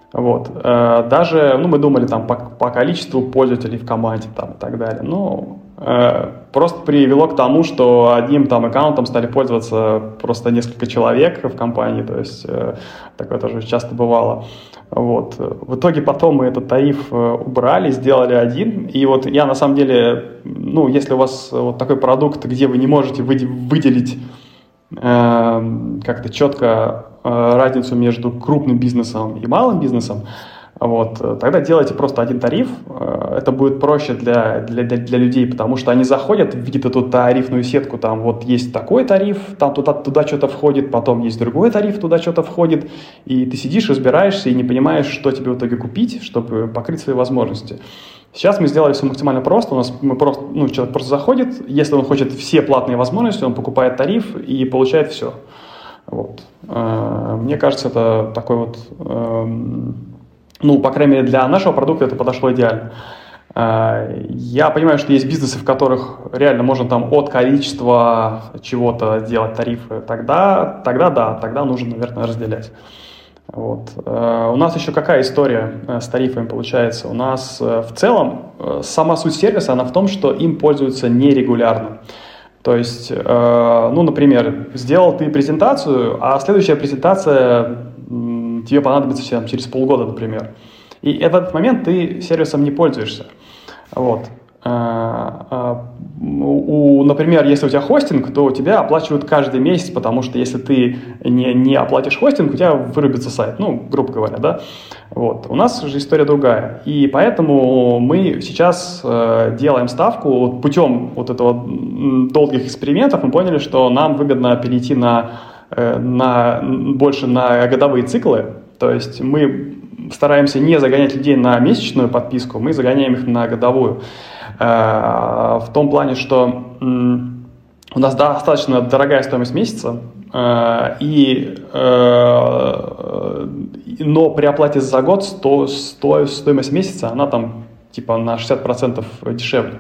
Вот. Даже, ну, мы думали там по, по количеству пользователей в команде там, и так далее. Но просто привело к тому, что одним там аккаунтом стали пользоваться просто несколько человек в компании, то есть такое тоже часто бывало. Вот. В итоге потом мы этот тариф убрали, сделали один, и вот я на самом деле, ну, если у вас вот такой продукт, где вы не можете выделить э, как-то четко э, разницу между крупным бизнесом и малым бизнесом, вот, тогда делайте просто один тариф, это будет проще для, для, для людей, потому что они заходят, видят эту тарифную сетку, там вот есть такой тариф, там туда, туда что-то входит, потом есть другой тариф, туда что-то входит, и ты сидишь, разбираешься и не понимаешь, что тебе в итоге купить, чтобы покрыть свои возможности. Сейчас мы сделали все максимально просто, у нас мы просто, ну, человек просто заходит, если он хочет все платные возможности, он покупает тариф и получает все. Вот. Мне кажется, это такой вот... Ну, по крайней мере, для нашего продукта это подошло идеально. Я понимаю, что есть бизнесы, в которых реально можно там от количества чего-то делать тарифы. Тогда, тогда да, тогда нужно, наверное, разделять. Вот. У нас еще какая история с тарифами получается? У нас в целом сама суть сервиса, она в том, что им пользуются нерегулярно. То есть, ну, например, сделал ты презентацию, а следующая презентация... тебе понадобится там, через полгода, например. И в этот момент ты сервисом не пользуешься. Вот. У, например, если у тебя хостинг, то у тебя оплачивают каждый месяц, потому что если ты не, не оплатишь хостинг, у тебя вырубится сайт, ну, грубо говоря, да. Вот. У нас же история другая. И поэтому мы сейчас э, делаем ставку путем вот этого долгих экспериментов. Мы поняли, что нам выгодно перейти на На, больше на годовые циклы, то есть мы стараемся не загонять людей на месячную подписку, мы загоняем их на годовую. В том плане, что у нас достаточно дорогая стоимость месяца, и, но при оплате за год сто, сто, стоимость месяца, она там типа на шестьдесят процентов дешевле.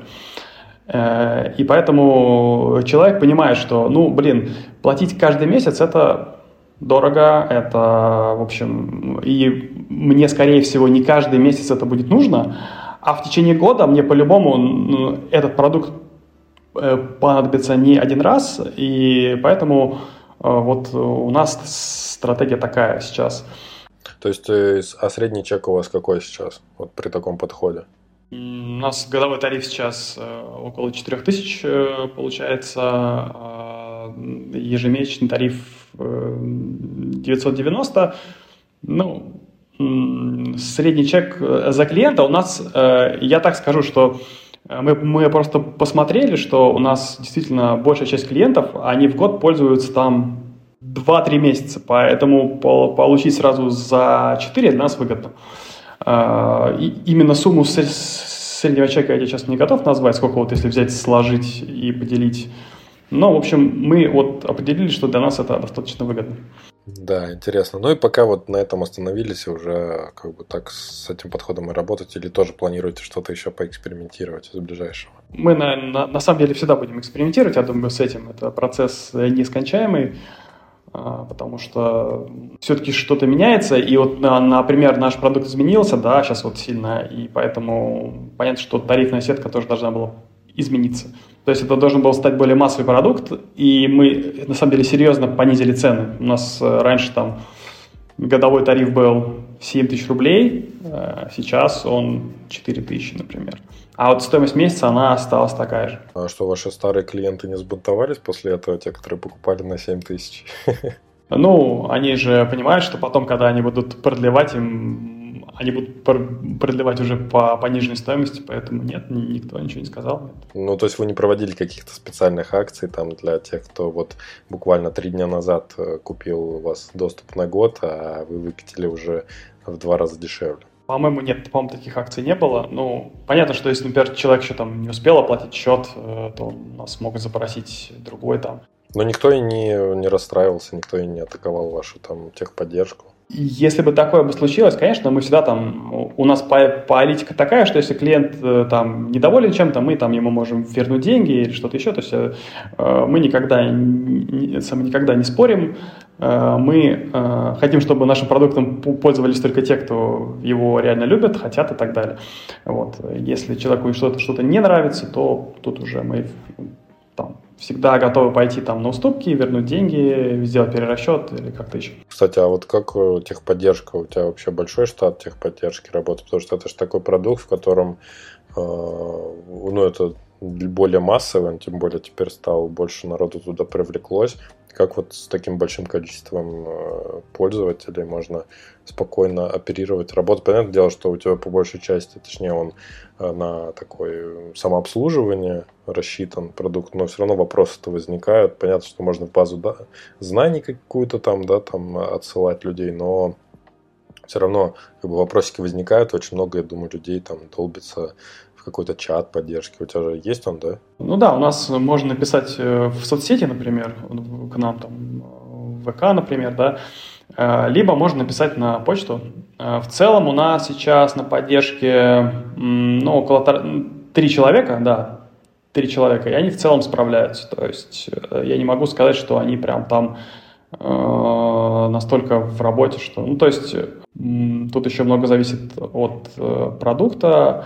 И поэтому человек понимает, что, ну, блин, платить каждый месяц – это дорого, это, в общем, и мне, скорее всего, не каждый месяц это будет нужно, а в течение года мне по-любому ну, этот продукт понадобится не один раз, и поэтому вот у нас стратегия такая сейчас. То есть, а средний чек у вас какой сейчас, вот при таком подходе? У нас годовой тариф сейчас около четырех тысяч получается, ежемесячный тариф девятьсот девяносто. Ну, средний чек за клиента у нас, я так скажу, что мы, мы просто посмотрели, что у нас действительно большая часть клиентов, они в год пользуются там два-три месяца, поэтому получить сразу за четыре для нас выгодно. И именно сумму среднего чека я сейчас не готов назвать, сколько вот если взять, сложить и поделить. Но, в общем, мы вот определили, что для нас это достаточно выгодно. Да, интересно. Ну и пока вот на этом остановились, уже как бы так с этим подходом и работать, или тоже планируете что-то еще поэкспериментировать из ближайшего? Мы на, на, на самом деле всегда будем экспериментировать, я думаю, с этим. Это процесс нескончаемый, потому что все-таки что-то меняется, и вот, например, наш продукт изменился, да, сейчас вот сильно, и поэтому понятно, что тарифная сетка тоже должна была измениться. То есть это должен был стать более массовый продукт, и мы, на самом деле, серьезно понизили цены. У нас раньше там годовой тариф был семь тысяч рублей, сейчас он четыре тысячи, например. А вот стоимость месяца, она осталась такая же. А что, ваши старые клиенты не сбунтовались после этого, те, которые покупали на семь тысяч? Ну, они же понимают, что потом, когда они будут продлевать, им, они будут продлевать уже по пониженной стоимости, поэтому нет, никто ничего не сказал. Нет. Ну, то есть вы не проводили каких-то специальных акций там для тех, кто вот буквально три дня назад купил у вас доступ на год, а вы выкатили уже в два раза дешевле? По-моему, нет, по-моему, таких акций не было. Ну, понятно, что если, например, человек еще там не успел оплатить счет, то нас могут запросить другой там. Но никто и не, не расстраивался, никто и не атаковал вашу там техподдержку. Если бы такое бы случилось, конечно, мы всегда там, у нас политика такая, что если клиент там недоволен чем-то, мы там ему можем вернуть деньги или что-то еще, то есть мы никогда, мы никогда не спорим, мы хотим, чтобы нашим продуктом пользовались только те, кто его реально любят, хотят и так далее. Вот. Если человеку что-то, что-то не нравится, то тут уже мы там всегда готовы пойти там на уступки, вернуть деньги, сделать перерасчет или как-то еще. Кстати, а вот как техподдержка? У тебя вообще большой штат техподдержки работает? Потому что это же такой продукт, в котором э, ну, это более массовый, тем более теперь стал, больше народу туда привлеклось. Как вот с таким большим количеством пользователей можно спокойно оперировать работу? Понятное дело, что у тебя по большей части, точнее, он на такое самообслуживание рассчитан продукт, но все равно вопросы-то возникают. Понятно, что можно в базу да, знаний какую-то там, да, там отсылать людей, но все равно как бы, вопросики возникают. Очень много, я думаю, людей там долбится в какой-то чат поддержки. У тебя же есть он, да? Ну да, у нас можно написать в соцсети, например, к нам там, в ВК, например, да, либо можно написать на почту. В целом у нас сейчас на поддержке ну, около три человека, да, три человека, и они в целом справляются. То есть я не могу сказать, что они прям там э, настолько в работе, что... Ну, то есть тут еще много зависит от э, продукта.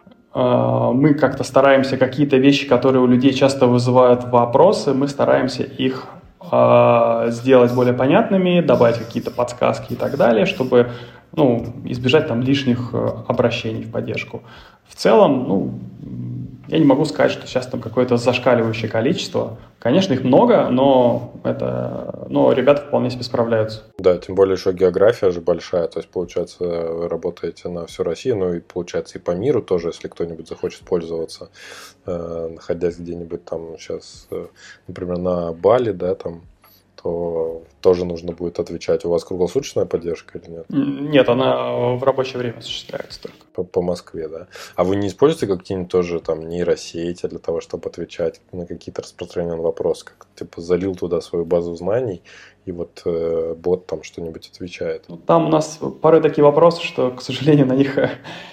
Мы как-то стараемся какие-то вещи, которые у людей часто вызывают вопросы, мы стараемся их э, сделать более понятными, добавить какие-то подсказки и так далее, чтобы ну, избежать там лишних обращений в поддержку. В целом, ну, я не могу сказать, что сейчас там какое-то зашкаливающее количество. Конечно, их много, но, это, но ребята вполне себе справляются. Да, тем более, что география же большая. То есть, получается, вы работаете на всю Россию, ну и, получается, и по миру тоже, если кто-нибудь захочет пользоваться, э, находясь где-нибудь там сейчас, э, например, на Бали, да, там, то тоже нужно будет отвечать. У вас круглосуточная поддержка или нет? Нет, она в рабочее время осуществляется только. По, по Москве, да. А вы не используете какие-нибудь тоже там нейросети для того, чтобы отвечать на какие-то распространенные вопросы? Как типа залил туда свою базу знаний, и вот э, бот там что-нибудь отвечает? Там у нас порой такие вопросы, что, к сожалению, на них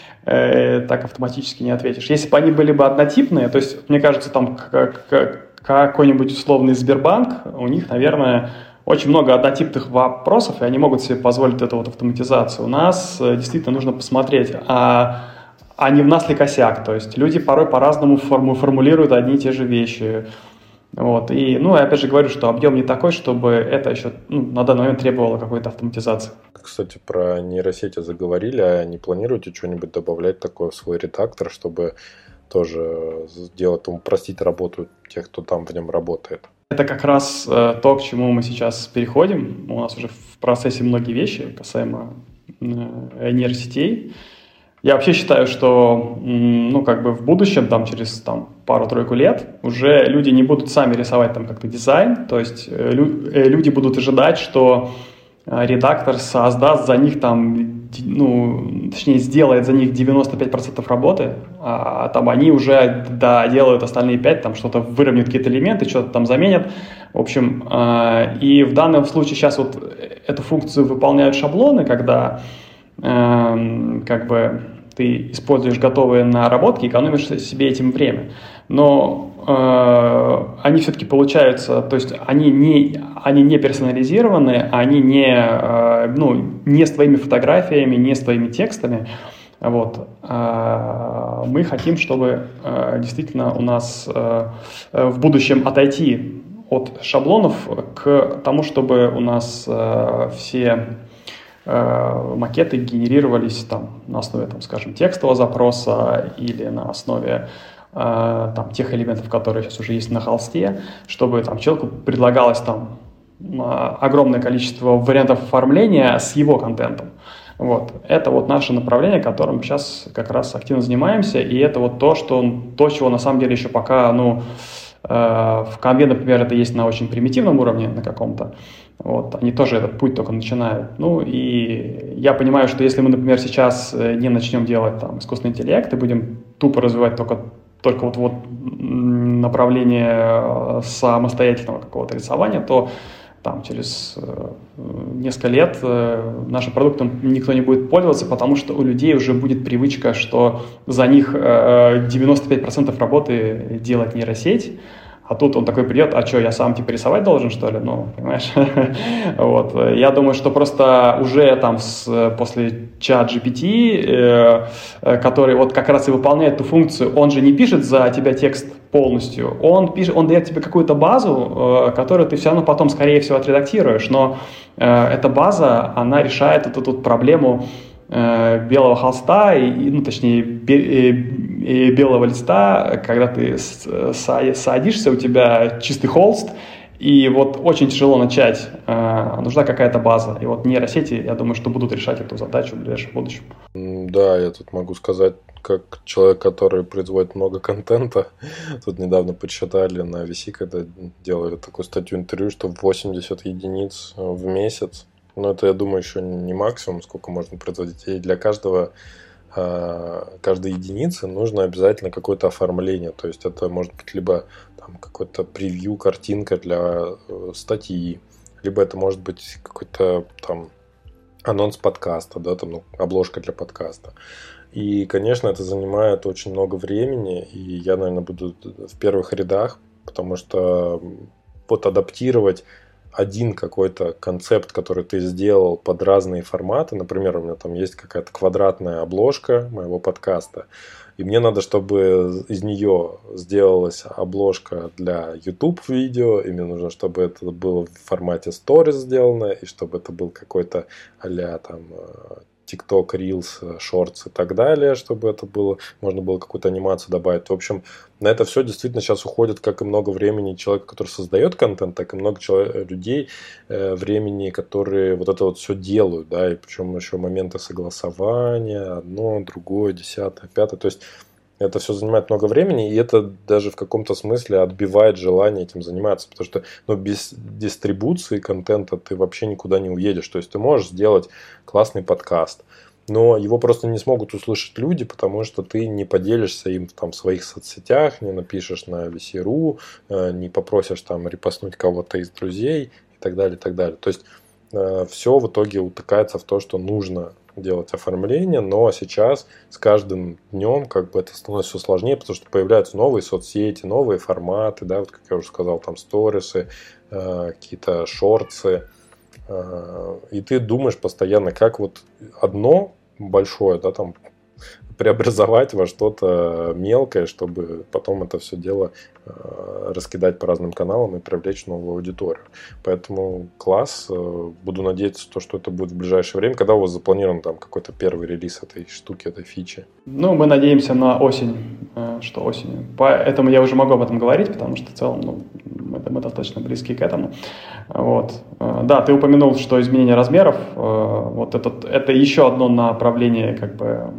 э, так автоматически не ответишь. Если бы они были бы однотипные, то есть, мне кажется, там как, как какой-нибудь условный Сбербанк, у них, наверное, очень много однотипных вопросов, и они могут себе позволить эту вот автоматизацию. У нас действительно нужно посмотреть, а, а не в нас ли косяк. То есть люди порой по-разному форму, формулируют одни и те же вещи. Вот. И, ну, я опять же говорю, что объем не такой, чтобы это еще ну, на данный момент требовало какой-то автоматизации. Кстати, про нейросети заговорили, а не планируете что-нибудь добавлять такое в свой редактор, чтобы тоже сделать, упростить работу тех, кто там в нем работает? Это как раз э, то, к чему мы сейчас переходим. У нас уже в процессе многие вещи касаемо э, нейросетей. Я вообще считаю, что ну, как бы в будущем, там, через там, пару-тройку лет, уже люди не будут сами рисовать там, как-то дизайн. То есть э, лю- э, люди будут ожидать, что э, редактор создаст за них там, ну, точнее, сделает за них девяносто пять процентов работы, а там они уже да, делают остальные пять, там что-то выровняют какие-то элементы, что-то там заменят. В общем, э, и в данном случае сейчас вот эту функцию выполняют шаблоны, когда э, как бы ты используешь готовые наработки, экономишь себе этим время. Но э, они все-таки получаются, то есть они не, они не персонализированы, они не, э, ну, не с твоими фотографиями, не с твоими текстами. Вот. Э, мы хотим, чтобы э, действительно у нас э, в будущем отойти от шаблонов к тому, чтобы у нас э, все макеты генерировались там, на основе, там, скажем, текстового запроса или на основе э, там, тех элементов, которые сейчас уже есть на холсте, чтобы там, человеку предлагалось там, огромное количество вариантов оформления с его контентом. Вот. Это вот наше направление, которым сейчас как раз активно занимаемся, и это вот то, что, то чего на самом деле еще пока ну, э, в Canva, например, это есть на очень примитивном уровне, на каком-то. Вот, они тоже этот путь только начинают. Ну и я понимаю, что если мы, например, сейчас не начнем делать там искусственный интеллект и будем тупо развивать только, только вот, вот направление самостоятельного какого-то рисования, то там через несколько лет нашим продуктом никто не будет пользоваться, потому что у людей уже будет привычка, что за них девяносто пять процентов работы делать нейросеть, А тут он такой придет, а что, я сам типа рисовать должен, что ли? Ну, понимаешь? Вот. Я думаю, что просто уже там с, после чат джи пи ти, э, который вот как раз и выполняет ту функцию, он же не пишет за тебя текст полностью, он, пишет, он дает тебе какую-то базу, э, которую ты все равно потом, скорее всего, отредактируешь, но э, эта база, она решает эту тут проблему э, белого холста, и, ну, точнее, бе, и белого листа, когда ты садишься, у тебя чистый холст, и вот очень тяжело начать, э, нужна какая-то база. И вот нейросети, я думаю, что будут решать эту задачу в ближайшем будущем. Да, я тут могу сказать, как человек, который производит много контента, тут недавно подсчитали на ви си, когда делали такую статью интервью, что восемьдесят единиц в месяц, но это, я думаю, еще не максимум, сколько можно производить, и для каждого каждой единицы нужно обязательно какое-то оформление. То есть это может быть либо там какой-то превью, картинка для статьи, либо это может быть какой-то там анонс подкаста, да, там, ну, обложка для подкаста. И, конечно, это занимает очень много времени, и я, наверное, буду в первых рядах, потому что вот адаптировать один какой-то концепт, который ты сделал под разные форматы. Например, у меня там есть какая-то квадратная обложка моего подкаста, и мне надо, чтобы из нее сделалась обложка для YouTube-видео, и мне нужно, чтобы это было в формате Stories сделано, и чтобы это был какой-то а-ля там TikTok, Reels, Shorts и так далее, чтобы это было, можно было какую-то анимацию добавить. В общем, на это все действительно сейчас уходит как и много времени человека, который создает контент, так и много человек, людей, э, времени, которые вот это вот все делают, да, и причем еще моменты согласования, одно, другое, десятое, пятое, то есть это все занимает много времени, и это даже в каком-то смысле отбивает желание этим заниматься, потому что, ну, без дистрибуции контента ты вообще никуда не уедешь. То есть ты можешь сделать классный подкаст, но его просто не смогут услышать люди, потому что ты не поделишься им там в своих соцсетях, не напишешь на ви си точка ру, не попросишь там репостнуть кого-то из друзей и так далее, и так далее. То есть все в итоге утыкается в то, что нужно делать оформление, но сейчас с каждым днем как бы это становится все сложнее, потому что появляются новые соцсети, новые форматы, да, вот как я уже сказал, там сторисы, э, какие-то шортсы, э, и ты думаешь постоянно, как вот одно большое, да, там преобразовать во что-то мелкое, чтобы потом это все дело э, раскидать по разным каналам и привлечь новую аудиторию. Поэтому класс. Э, буду надеяться, то, что это будет в ближайшее время. Когда у вас запланирован там какой-то первый релиз этой штуки, этой фичи? Ну, мы надеемся на осень, э, что осенью. Поэтому я уже могу об этом говорить, потому что в целом, ну, мы, мы достаточно близки к этому. Вот. Э, да, ты упомянул, что изменение размеров, э, вот этот, это еще одно направление, как бы,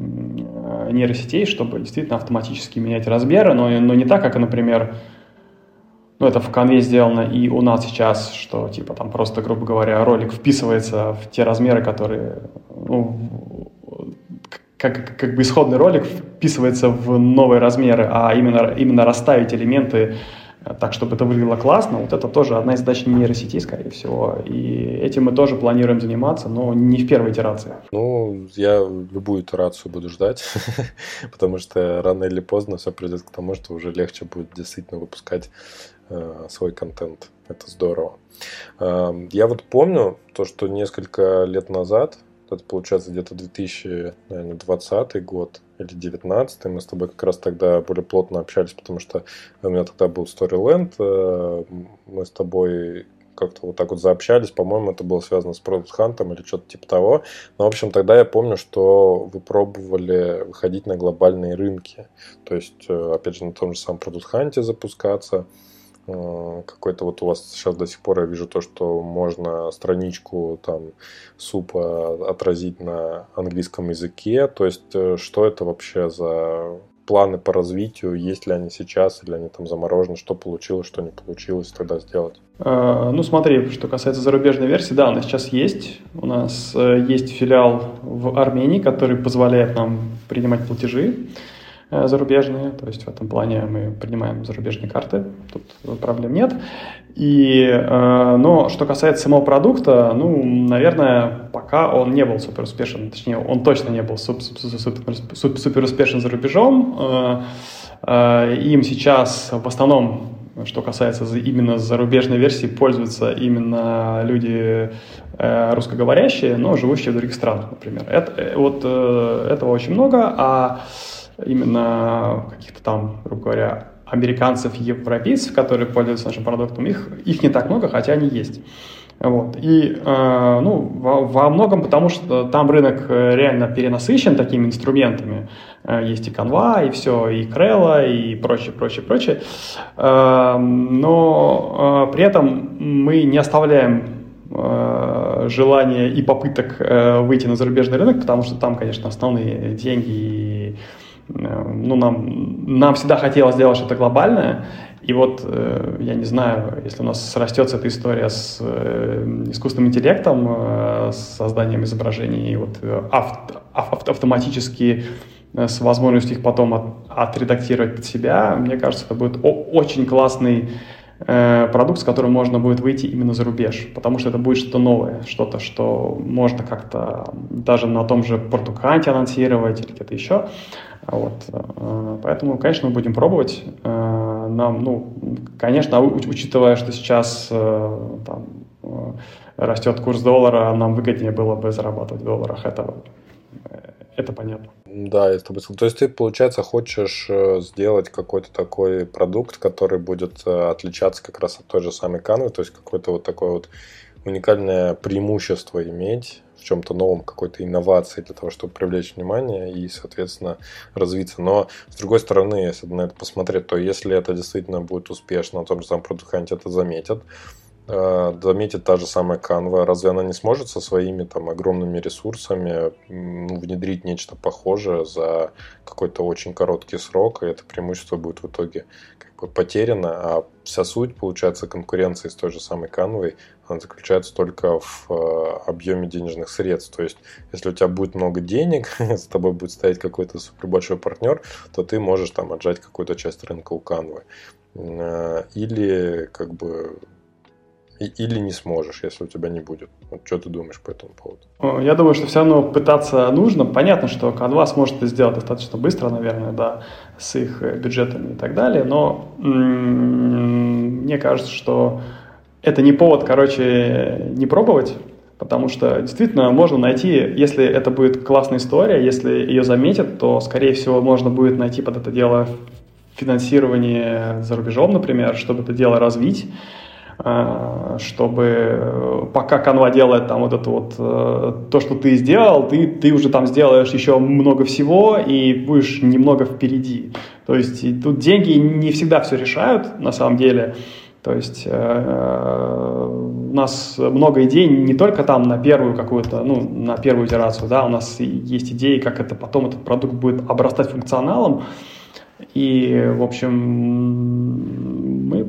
нейросетей, чтобы действительно автоматически менять размеры, но, но не так, как, например, ну, это в Canva сделано и у нас сейчас, что типа там просто, грубо говоря, ролик вписывается в те размеры, которые, ну, как, как бы исходный ролик вписывается в новые размеры, а именно, именно расставить элементы так, чтобы это выглядело классно, вот это тоже одна из задач нейросетей, скорее всего. И этим мы тоже планируем заниматься, но не в первой итерации. Ну, я любую итерацию буду ждать, потому что рано или поздно все придет к тому, что уже легче будет действительно выпускать э, свой контент. Это здорово. Э, я вот помню то, что несколько лет назад, это получается где-то две тысячи двадцатый год или две тысячи девятнадцатый, мы с тобой как раз тогда более плотно общались, потому что у меня тогда был Storyland, мы с тобой как-то вот так вот заобщались, по-моему, это было связано с Product Hunt или что-то типа того. Но, в общем, тогда я помню, что вы пробовали выходить на глобальные рынки, то есть, опять же, на том же самом Product Hunt запускаться. Какой-то вот у вас сейчас до сих пор я вижу то, что можно страничку там супа отразить на английском языке. То есть, что это вообще за планы по развитию? Есть ли они сейчас, или они там заморожены? Что получилось, что не получилось тогда сделать? Uh, ну, смотри, что касается зарубежной версии, да, она сейчас есть. У нас uh, есть филиал в Армении, который позволяет нам принимать платежи зарубежные, то есть в этом плане мы принимаем зарубежные карты, тут проблем нет. И, э, но что касается самого продукта, ну, наверное, пока он не был супер успешен, точнее, он точно не был супер, супер, супер, супер успешен за рубежом. Э, э, им сейчас в основном что касается именно зарубежной версии, пользуются именно люди э, русскоговорящие, но живущие в других странах, например. Это, вот, э, этого очень много, а именно каких-то там, грубо говоря, американцев, европейцев, которые пользуются нашим продуктом, их, их не так много, хотя они есть. Вот. И э, ну, во, во многом потому, что там рынок реально перенасыщен такими инструментами. Э, есть и Canva, и все, и Crello, и прочее, прочее, прочее. Э, но э, при этом мы не оставляем э, желания и попыток э, выйти на зарубежный рынок, потому что там, конечно, основные деньги. И, э, ну, нам, нам всегда хотелось сделать что-то глобальное. И вот, э, я не знаю, если у нас срастется эта история с э, искусственным интеллектом, э, с созданием изображений вот, авто, авто, автоматически, э, с возможностью их потом от, отредактировать под себя, мне кажется, это будет о- очень классный э, продукт, с которым можно будет выйти именно за рубеж, потому что это будет что-то новое, что-то, что можно как-то даже на том же Портуканте анонсировать или где-то еще. Вот. Поэтому, конечно, мы будем пробовать. Нам, ну, конечно, учитывая, что сейчас там, растет курс доллара, нам выгоднее было бы зарабатывать в долларах. Это, это понятно. Да, я с тобой согласен. То есть ты, получается, хочешь сделать какой-то такой продукт, который будет отличаться как раз от той же самой Canva, то есть какое-то вот такое вот уникальное преимущество иметь в чем-то новом, какой-то инновации для того, чтобы привлечь внимание и, соответственно, развиться. Но, с другой стороны, если на это посмотреть, то если это действительно будет успешно, на том же самом Продукт-ханте это заметят, заметит та же самая Canva, разве она не сможет со своими там огромными ресурсами ну, внедрить нечто похожее за какой-то очень короткий срок, и это преимущество будет в итоге как бы потеряно, а вся суть, получается, конкуренции с той же самой Canva, она заключается только в объеме денежных средств. То есть, если у тебя будет много денег, с тобой будет стоять какой-то супер большой партнер, то ты можешь там отжать какую-то часть рынка у Canva. Или как бы или не сможешь, если у тебя не будет. Вот что ты думаешь по этому поводу? Я думаю, что все равно пытаться нужно. Понятно, что Canva сможет это сделать достаточно быстро, наверное, да, с их бюджетами и так далее, но м-м, мне кажется, что это не повод, короче, не пробовать, потому что действительно можно найти, если это будет классная история, если ее заметят, то, скорее всего, можно будет найти под это дело финансирование за рубежом, например, чтобы это дело развить, чтобы пока Canva делает там вот это вот то, что ты сделал, ты, ты уже там сделаешь еще много всего и будешь немного впереди. То есть тут деньги не всегда все решают на самом деле. То есть э, у нас много идей не только там на первую какую-то, ну, на первую итерацию, да, у нас есть идеи, как это потом этот продукт будет обрастать функционалом. И, в общем, мы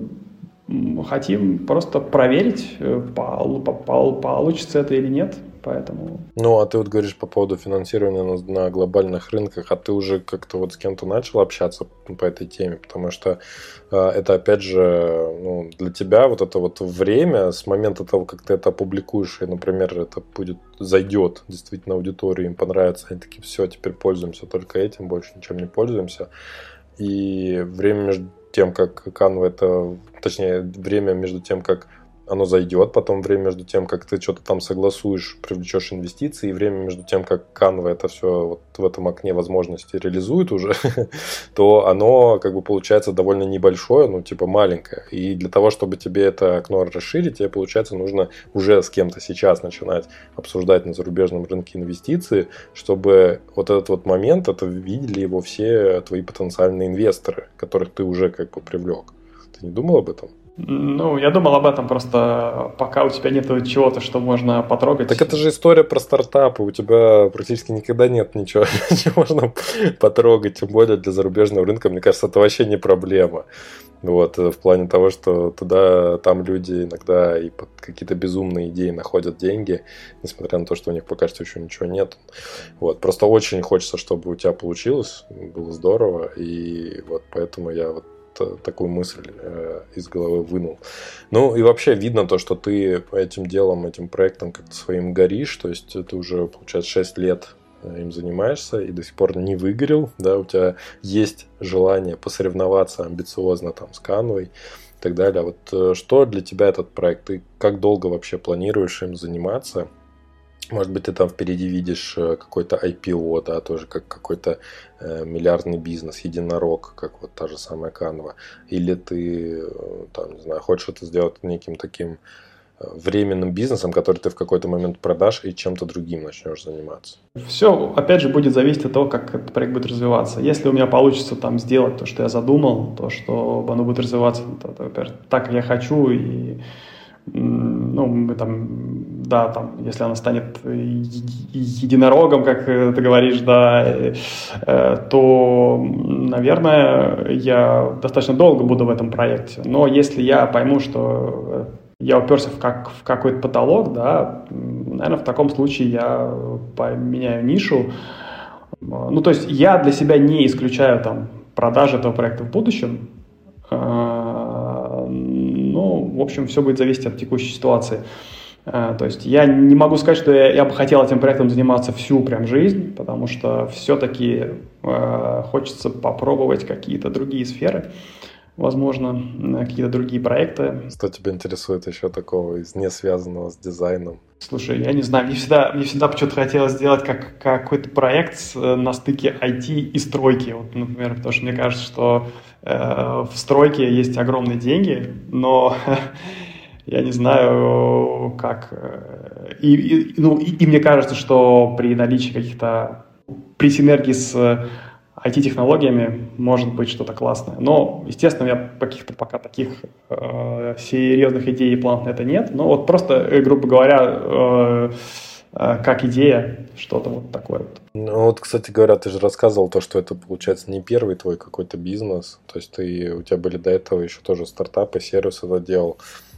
хотим просто проверить, получится это или нет, поэтому... Ну, а ты вот говоришь по поводу финансирования на, на глобальных рынках, а ты уже как-то вот с кем-то начал общаться по этой теме, потому что э, это, опять же, ну, для тебя вот это вот время с момента того, как ты это опубликуешь, и, например, это будет, зайдет действительно аудитории, им понравится, они такие, все, теперь пользуемся только этим, больше ничем не пользуемся, и время между тем, как Canva это, точнее, время между тем, как оно зайдет, потом время между тем, как ты что-то там согласуешь, привлечешь инвестиции, и время между тем, как Canva это все вот в этом окне возможностей реализует уже, то оно как бы получается довольно небольшое, ну типа маленькое. И для того, чтобы тебе это окно расширить, тебе, получается, нужно уже с кем-то сейчас начинать обсуждать на зарубежном рынке инвестиции, чтобы вот этот вот момент, это видели его все твои потенциальные инвесторы, которых ты уже как бы привлек. Ты не думал об этом? Ну, я думал об этом, просто пока у тебя нет чего-то, что можно потрогать. Так это же история про стартапы, у тебя практически никогда нет ничего, что можно потрогать, тем более для зарубежного рынка, мне кажется, это вообще не проблема. Вот, в плане того, что туда, там люди иногда и под какие-то безумные идеи находят деньги, несмотря на то, что у них пока что еще ничего нет. Вот, просто очень хочется, чтобы у тебя получилось, было здорово, и вот поэтому я вот такую мысль э, из головы вынул. Ну и вообще видно то, что ты этим делом, этим проектом как-то своим горишь, то есть ты уже, получается, шесть лет им занимаешься и до сих пор не выгорел, да, у тебя есть желание посоревноваться амбициозно там с Canva, и так далее. Вот э, что для тебя этот проект? Ты как долго вообще планируешь им заниматься? Может быть, ты там впереди видишь э, какой-то ай пи о, да, тоже как какой-то э, миллиардный бизнес, единорог, как вот та же самая Canva. Или ты, э, там, не знаю, хочешь это сделать неким таким э, временным бизнесом, который ты в какой-то момент продашь и чем-то другим начнешь заниматься. Все, опять же, будет зависеть от того, как этот проект будет развиваться. Если у меня получится там сделать то, что я задумал, то, что оно будет развиваться, то, то, во-первых, так, как я хочу, и ну, мы там, да, там, если она станет единорогом, как ты говоришь, да, то, наверное, я достаточно долго буду в этом проекте. Но если я пойму, что я уперся в, как, в какой-то потолок, да, наверное, в таком случае я поменяю нишу. Ну, то есть я для себя не исключаю там продажи этого проекта в будущем. Ну, в общем, все будет зависеть от текущей ситуации. То есть я не могу сказать, что я, я бы хотел этим проектом заниматься всю прям жизнь, потому что все-таки э, хочется попробовать какие-то другие сферы, возможно, какие-то другие проекты. Что тебя интересует еще такого из не связанного с дизайном? Слушай, я не знаю, мне всегда, мне всегда почему-то хотелось сделать как, какой-то проект на стыке ай ти и стройки. Вот, например, потому что мне кажется, что э, в стройке есть огромные деньги, но я не знаю, как... И, и, ну, и, и мне кажется, что при наличии каких-то... При синергии с ай ти-технологиями может быть что-то классное. Но, естественно, у меня каких-то пока таких э, серьезных идей и планов на это нет. Но вот просто, грубо говоря, э, э, как идея, что-то вот такое вот. Ну вот, кстати говоря, ты же рассказывал то, что это, получается, не первый твой какой-то бизнес. То есть ты, у тебя были до этого еще тоже стартапы, сервисы это делал.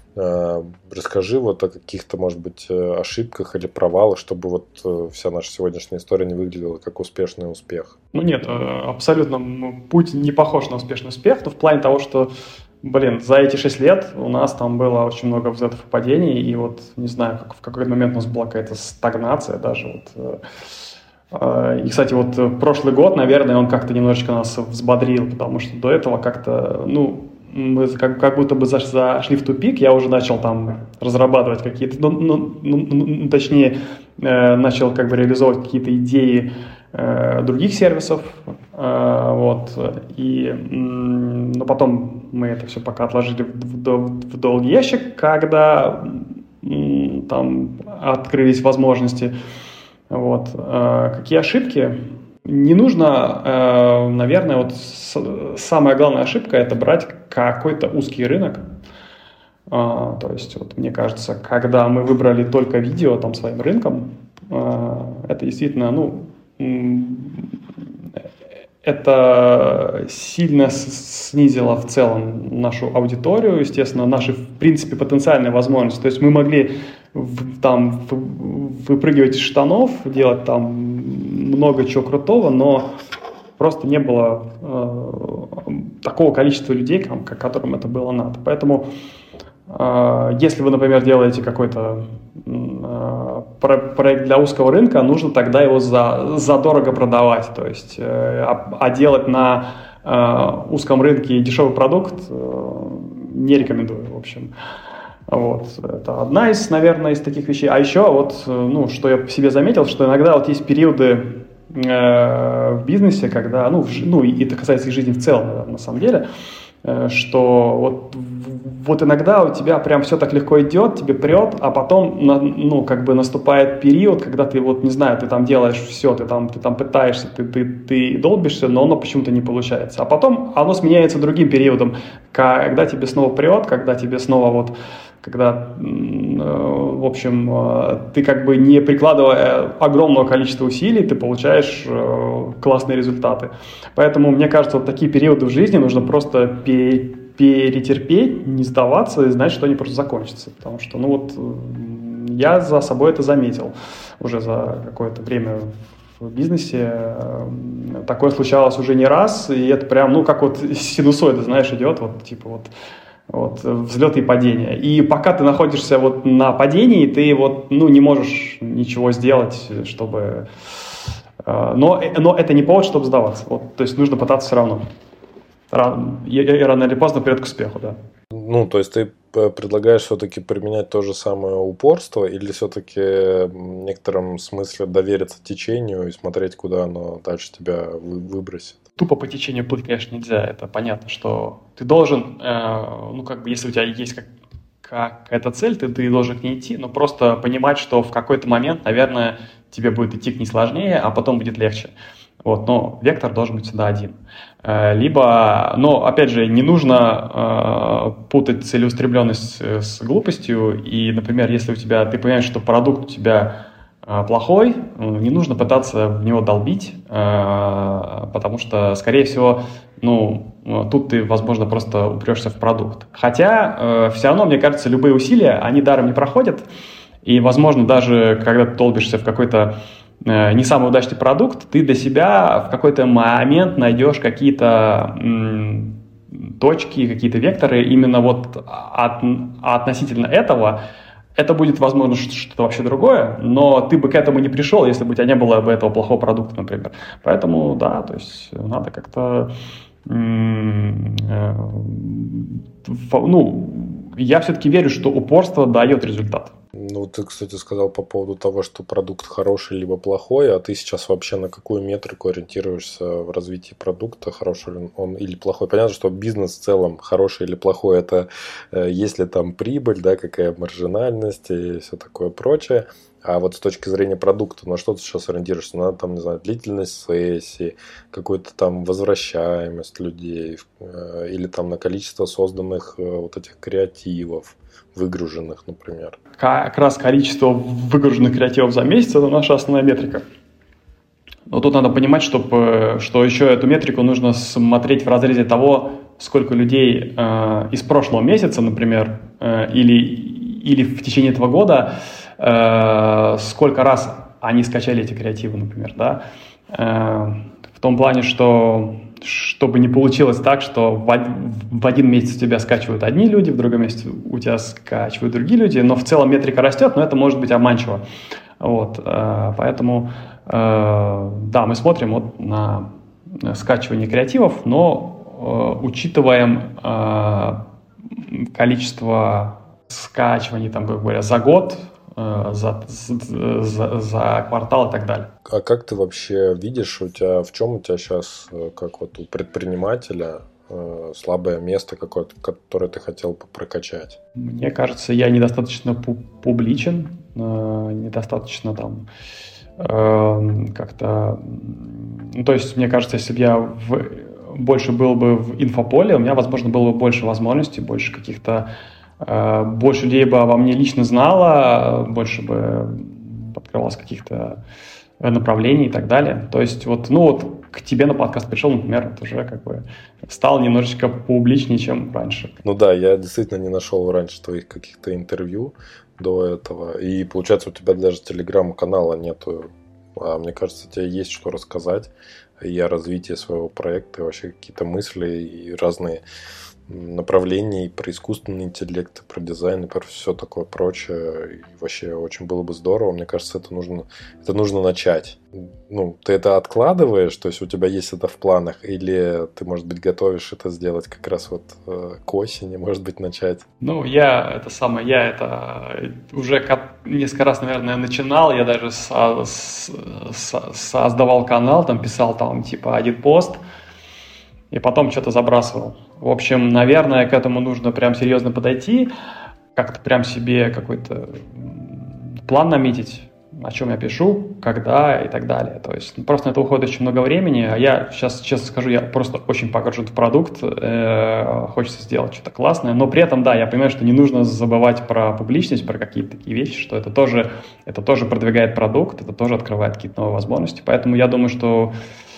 Расскажи вот о каких-то, может быть, ошибках или провалах, чтобы вот вся наша сегодняшняя история не выглядела как успешный успех. Ну нет, абсолютно путь не похож на успешный успех, но в плане того, что, блин, за эти шесть лет у нас там было очень много взлетов и падений, и вот, не знаю, как в какой-то момент у нас была какая-то стагнация даже вот. И, кстати, вот прошлый год, наверное, он как-то немножечко нас взбодрил, потому что до этого как-то, ну, мы как, как будто бы зашли в тупик, я уже начал там разрабатывать какие-то, ну, ну, ну, точнее, э, начал как бы реализовывать какие-то идеи э, других сервисов, э, вот, и, м, но потом мы это все пока отложили в, в, в долгий ящик, когда м, там открылись возможности, вот, э, какие ошибки. Не нужно, э, наверное, вот с, самая главная ошибка – это брать какой-то узкий рынок. Э, то есть, вот, мне кажется, когда мы выбрали только видео там, своим рынком, э, это действительно, ну, это сильно снизило в целом нашу аудиторию, естественно, наши, в принципе, потенциальные возможности. То есть мы могли в, там выпрыгивать из штанов, делать там много чего крутого, но просто не было э, такого количества людей, которым это было надо. Поэтому, э, если вы, например, делаете какой-то э, проект для узкого рынка, нужно тогда его за, задорого продавать. То есть, э, а, а делать на э, узком рынке дешевый продукт э, не рекомендую, в общем. Вот. Это одна из, наверное, из таких вещей. А еще вот, ну, что я по себе заметил, что иногда вот есть периоды э, в бизнесе, когда, ну, в, ну, и это касается и жизни в целом, наверное, на самом деле, э, что вот, вот иногда у тебя прям все так легко идет, тебе прет, а потом, на, ну, как бы наступает период, когда ты вот, не знаю, ты там делаешь все, ты там, ты там пытаешься, ты, ты, ты долбишься, но оно почему-то не получается. А потом оно сменяется другим периодом, когда тебе снова прет, когда тебе снова вот когда, в общем, ты как бы не прикладывая огромного количества усилий, ты получаешь классные результаты. Поэтому, мне кажется, вот такие периоды в жизни нужно просто перетерпеть, не сдаваться и знать, что они просто закончатся. Потому что, ну вот, я за собой это заметил уже за какое-то время в бизнесе. Такое случалось уже не раз, и это прям, ну, как вот синусоида, знаешь, идет, вот, типа вот, Вот, взлеты и падения. И пока ты находишься вот на падении, ты вот, ну, не можешь ничего сделать, чтобы... Э, но, но это не повод, чтобы сдаваться. Вот, то есть нужно пытаться все равно. Рано, и, и рано или поздно придет к успеху, да. Ну, то есть ты предлагаешь все-таки применять то же самое упорство или все-таки в некотором смысле довериться течению и смотреть, куда оно дальше тебя выбросит? Тупо по течению плыть, конечно, нельзя. Это понятно, что ты должен, э, ну, как бы, если у тебя есть как, какая-то цель, ты, ты должен к ней идти, но просто понимать, что в какой-то момент, наверное, тебе будет идти к ней сложнее, а потом будет легче. Вот, но вектор должен быть всегда один. Либо, но, опять же, не нужно э, путать целеустремленность с, с глупостью. И, например, если у тебя, ты понимаешь, что продукт у тебя э, плохой, не нужно пытаться в него долбить, э, потому что, скорее всего, ну, тут ты, возможно, просто упрешься в продукт. Хотя, э, все равно, мне кажется, любые усилия, они даром не проходят. И, возможно, даже когда ты долбишься в какой-то не самый удачный продукт, ты для себя в какой-то момент найдешь какие-то м, точки, какие-то векторы именно вот от, относительно этого. Это будет, возможно, что-то вообще другое, но ты бы к этому не пришел, если бы у тебя не было бы этого плохого продукта, например. Поэтому, да, то есть надо как-то... М, э, ну, я все-таки верю, что упорство дает результат. Ну, ты, кстати, сказал по поводу того, что продукт хороший либо плохой, а ты сейчас вообще на какую метрику ориентируешься в развитии продукта, хороший ли он или плохой? Понятно, что бизнес в целом хороший или плохой, это э, есть ли там прибыль, да, какая маржинальность и все такое прочее. А вот с точки зрения продукта, на что ты сейчас ориентируешься? На, там, не знаю, длительность сессии, какую-то там возвращаемость людей, э, или там на количество созданных э, вот этих креативов, выгруженных, например. Как раз количество выгруженных креативов за месяц – это наша основная метрика. Но тут надо понимать, чтобы, что еще эту метрику нужно смотреть в разрезе того, сколько людей э, из прошлого месяца, например, э, или, или в течение этого года, э, сколько раз они скачали эти креативы, например. Да? Э, в том плане, что чтобы не получилось так, что в один, в один месяц у тебя скачивают одни люди, в другом месяце у тебя скачивают другие люди, но в целом метрика растет, но это может быть обманчиво. Вот, э, поэтому, э, да, мы смотрим вот на скачивание креативов, но э, учитываем э, количество скачиваний, там, как говоря, за год, За, за, за квартал и так далее. А как ты вообще видишь, у тебя, в чем у тебя сейчас, как вот у предпринимателя, слабое место какое-то, которое ты хотел бы прокачать? Мне кажется, я недостаточно публичен, недостаточно там как-то... Ну, то есть, мне кажется, если бы я в, больше был бы в инфополе, у меня, возможно, было бы больше возможностей, больше каких-то больше людей бы обо мне лично знало, больше бы открывалось каких-то направлений и так далее. То есть вот, ну вот к тебе на подкаст пришел, например, вот уже как бы стал немножечко публичнее, чем раньше. Ну да, я действительно не нашел раньше твоих каких-то интервью до этого. И получается, у тебя даже телеграм-канала нету. А мне кажется, тебе есть что рассказать и о развитии своего проекта, и вообще какие-то мысли и разные направлений, про искусственный интеллект, про дизайн и про все такое прочее. И вообще очень было бы здорово. Мне кажется, это нужно, это нужно начать. Ну, ты это откладываешь, то есть у тебя есть это в планах, или ты, может быть, готовишь это сделать как раз вот э, к осени, может быть, начать? Ну, я это самое, я это уже несколько раз, наверное, начинал. Я даже со, со, создавал канал, там писал там типа один пост, и потом что-то забрасывал. В общем, наверное, к этому нужно прям серьезно подойти, как-то прям себе какой-то план наметить, о чем я пишу, когда и так далее. То есть просто на это уходит очень много времени, а я сейчас, честно скажу, я просто очень погружен в продукт, э, хочется сделать что-то классное, но при этом, да, я понимаю, что не нужно забывать про публичность, про какие-то такие вещи, что это тоже, это тоже продвигает продукт, это тоже открывает какие-то новые возможности, поэтому я думаю, что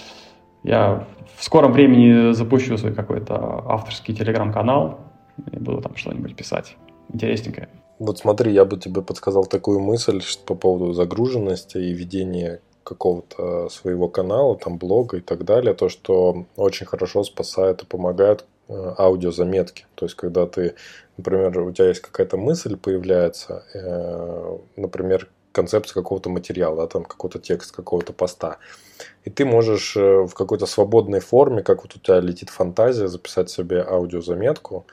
я в скором времени запущу свой какой-то авторский телеграм-канал и буду там что-нибудь писать интересненькое. Вот смотри, я бы тебе подсказал такую мысль, что по поводу загруженности и ведения какого-то своего канала, там блога и так далее, то, что очень хорошо спасает и помогает аудиозаметки. То есть, когда ты, например, у тебя есть какая-то мысль появляется, э, например, концепция какого-то материала, да, там какой-то текст, какого-то поста. И ты можешь в какой-то свободной форме, как вот у тебя летит фантазия, записать себе аудиозаметку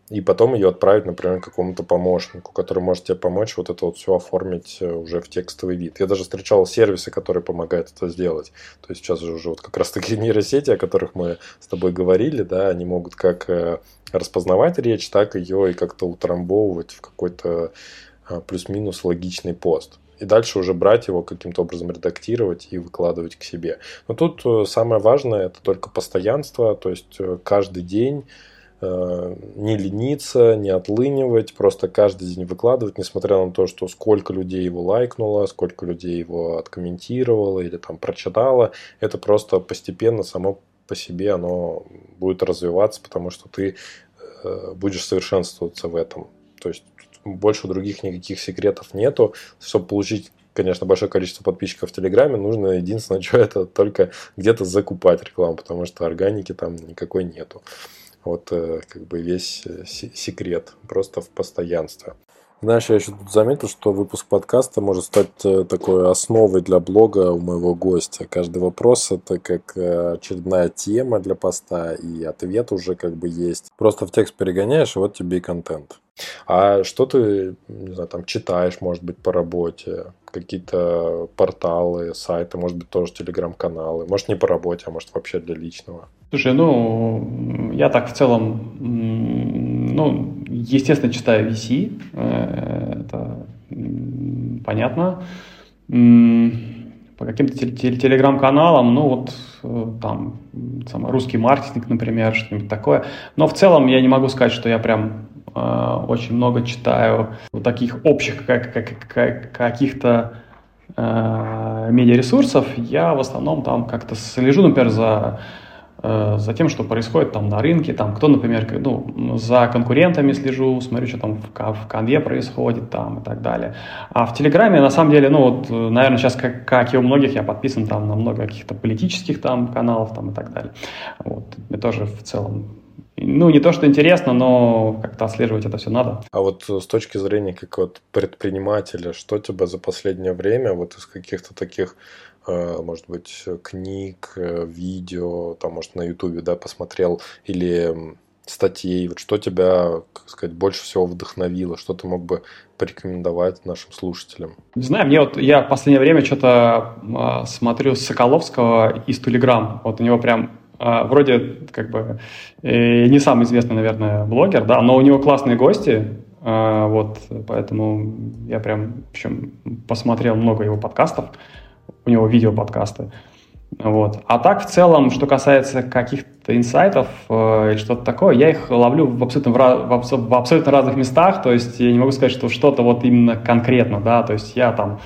и потом ее отправить, например, какому-то помощнику, который может тебе помочь вот это вот все оформить уже в текстовый вид. Я даже встречал сервисы, которые помогают это сделать. То есть сейчас же уже вот как раз таки нейросети, о которых мы с тобой говорили, да, они могут как распознавать речь, так ее и как-то утрамбовывать в какой-то плюс-минус логичный пост. И дальше уже брать его, каким-то образом редактировать и выкладывать к себе. Но тут самое важное – это только постоянство, то есть каждый день не лениться, не отлынивать, просто каждый день выкладывать, несмотря на то, что сколько людей его лайкнуло, сколько людей его откомментировало или там прочитало, это просто постепенно само по себе оно будет развиваться, потому что ты будешь совершенствоваться в этом. То есть больше других никаких секретов нету. Чтобы получить, конечно, большое количество подписчиков в Телеграме, нужно единственное, что это только где-то закупать рекламу, потому что органики там никакой нету. Вот как бы весь секрет, просто в постоянстве. Знаешь, я еще тут заметил, что выпуск подкаста может стать такой основой для блога у моего гостя. Каждый вопрос – это как очередная тема для поста, и ответ уже как бы есть. Просто в текст перегоняешь, и вот тебе и контент. А что ты, не знаю, там читаешь, может быть, по работе? Какие-то порталы, сайты, может быть, тоже телеграм-каналы? Может, не по работе, а может, вообще для личного? Слушай, ну, я так в целом, ну, естественно, читаю ви си, это понятно. По каким-то телеграм-каналам, ну, вот там, самый русский маркетинг, например, что-нибудь такое. Но в целом я не могу сказать, что я прям очень много читаю вот таких общих как, как, как, каких-то э, медиаресурсов. Я в основном там как-то слежу, например, за, э, за тем, что происходит там на рынке, там кто, например, ну, за конкурентами слежу, смотрю, что там в, в конве происходит там и так далее. А в Телеграме, на самом деле, ну вот, наверное, сейчас, как, как и у многих, я подписан там на много каких-то политических там каналов там и так далее. Вот. Мне тоже в целом ну, не то, что интересно, но как-то отслеживать это все надо. А вот с точки зрения как вот предпринимателя, что тебя за последнее время вот из каких-то таких, может быть, книг, видео, там, может, на Ютубе, да, посмотрел, или статей, вот что тебя, как сказать, больше всего вдохновило, что ты мог бы порекомендовать нашим слушателям? Не знаю, мне вот, я в последнее время что-то э, смотрю Соколовского из Telegram, вот у него прям вроде как бы не самый известный, наверное, блогер, да, но у него классные гости, вот, поэтому я прям, в общем, посмотрел много его подкастов, у него видеоподкасты, вот. А так, в целом, что касается каких-то инсайтов или что-то такое, я их ловлю в абсолютно, в, в абсолютно разных местах, то есть я не могу сказать, что что-то вот именно конкретно, да, то есть я там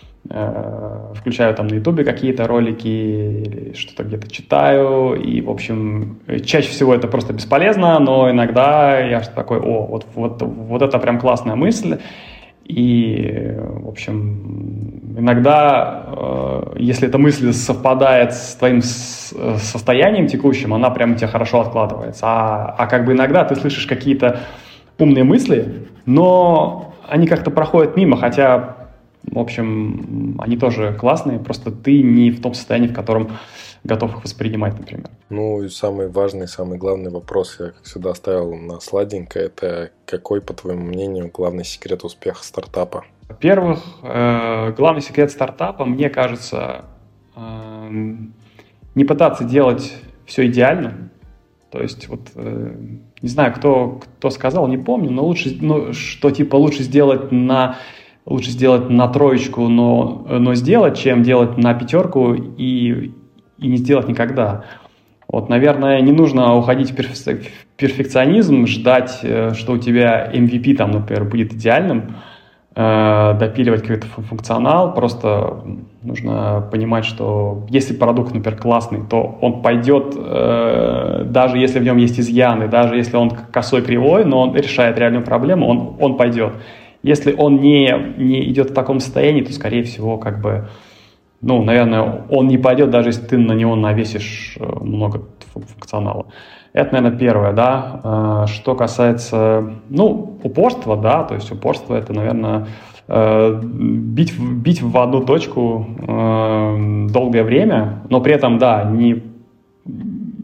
включаю там на Ютубе какие-то ролики или что-то где-то читаю, и, в общем, чаще всего это просто бесполезно, но иногда я такой, о, вот, вот, вот это прям классная мысль, и, в общем, иногда, если эта мысль совпадает с твоим состоянием текущим, она прям у тебя хорошо откладывается, а, а как бы иногда ты слышишь какие-то умные мысли, но они как-то проходят мимо, хотя в общем, они тоже классные, просто ты не в том состоянии, в котором готов их воспринимать, например. Ну и самый важный, самый главный вопрос, я, как всегда, оставил на сладенько, это какой, по твоему мнению, главный секрет успеха стартапа? Во-первых, э, главный секрет стартапа, мне кажется, э, не пытаться делать все идеально. То есть, вот, э, не знаю, кто, кто сказал, не помню, но лучше, ну, что типа лучше сделать на... Лучше сделать на троечку, но, но сделать, чем делать на пятерку и, и не сделать никогда. Вот, наверное, не нужно уходить в перфекционизм, ждать, что у тебя эм ви пи, там, например, будет идеальным, э, допиливать какой-то функционал. Просто нужно понимать, что если продукт, например, классный, то он пойдет, э, даже если в нем есть изъяны, даже если он косой, кривой, но он решает реальную проблему, он, он пойдет. Если он не, не идет в таком состоянии, то, скорее всего, как бы, ну, наверное, он не пойдет, даже если ты на него навесишь много функционала. Это, наверное, первое, да. Что касается, ну, упорства, да, то есть упорство – это, наверное, бить, бить в одну точку долгое время, но при этом, да, не,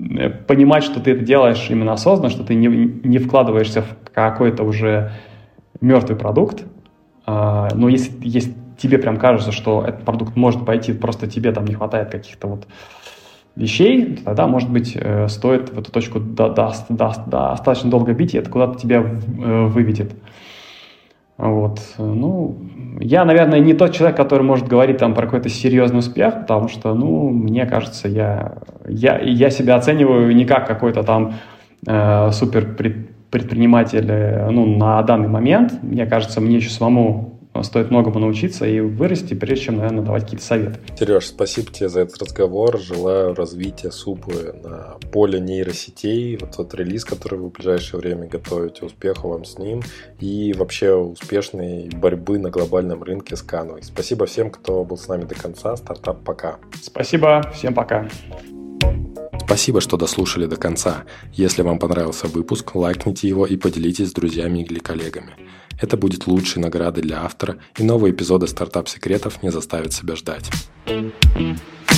понимать, что ты это делаешь именно осознанно, что ты не, не вкладываешься в какой-то уже мертвый продукт. Но если, если тебе прям кажется, что этот продукт может пойти, просто тебе там не хватает каких-то вот вещей, тогда, может быть, стоит в эту точку до, до, до, достаточно долго бить, и это куда-то тебя выведет. Вот. Ну, я, наверное, не тот человек, который может говорить там про какой-то серьезный успех, потому что, ну, мне кажется, я, я, я себя оцениваю не как какой-то там э, супер предприниматель, ну, на данный момент. Мне кажется, мне еще самому стоит многому научиться и вырасти, прежде чем, наверное, давать какие-то советы. Сереж, спасибо тебе за этот разговор. Желаю развития Супы на поле нейросетей. Вот тот релиз, который вы в ближайшее время готовите, успехов вам с ним. И вообще успешной борьбы на глобальном рынке с Canva. Спасибо всем, кто был с нами до конца. Стартап пока. Спасибо, всем пока. Спасибо, что дослушали до конца. Если вам понравился выпуск, лайкните его и поделитесь с друзьями или коллегами. Это будет лучшей наградой для автора, и новые эпизоды стартап-секретов не заставят себя ждать.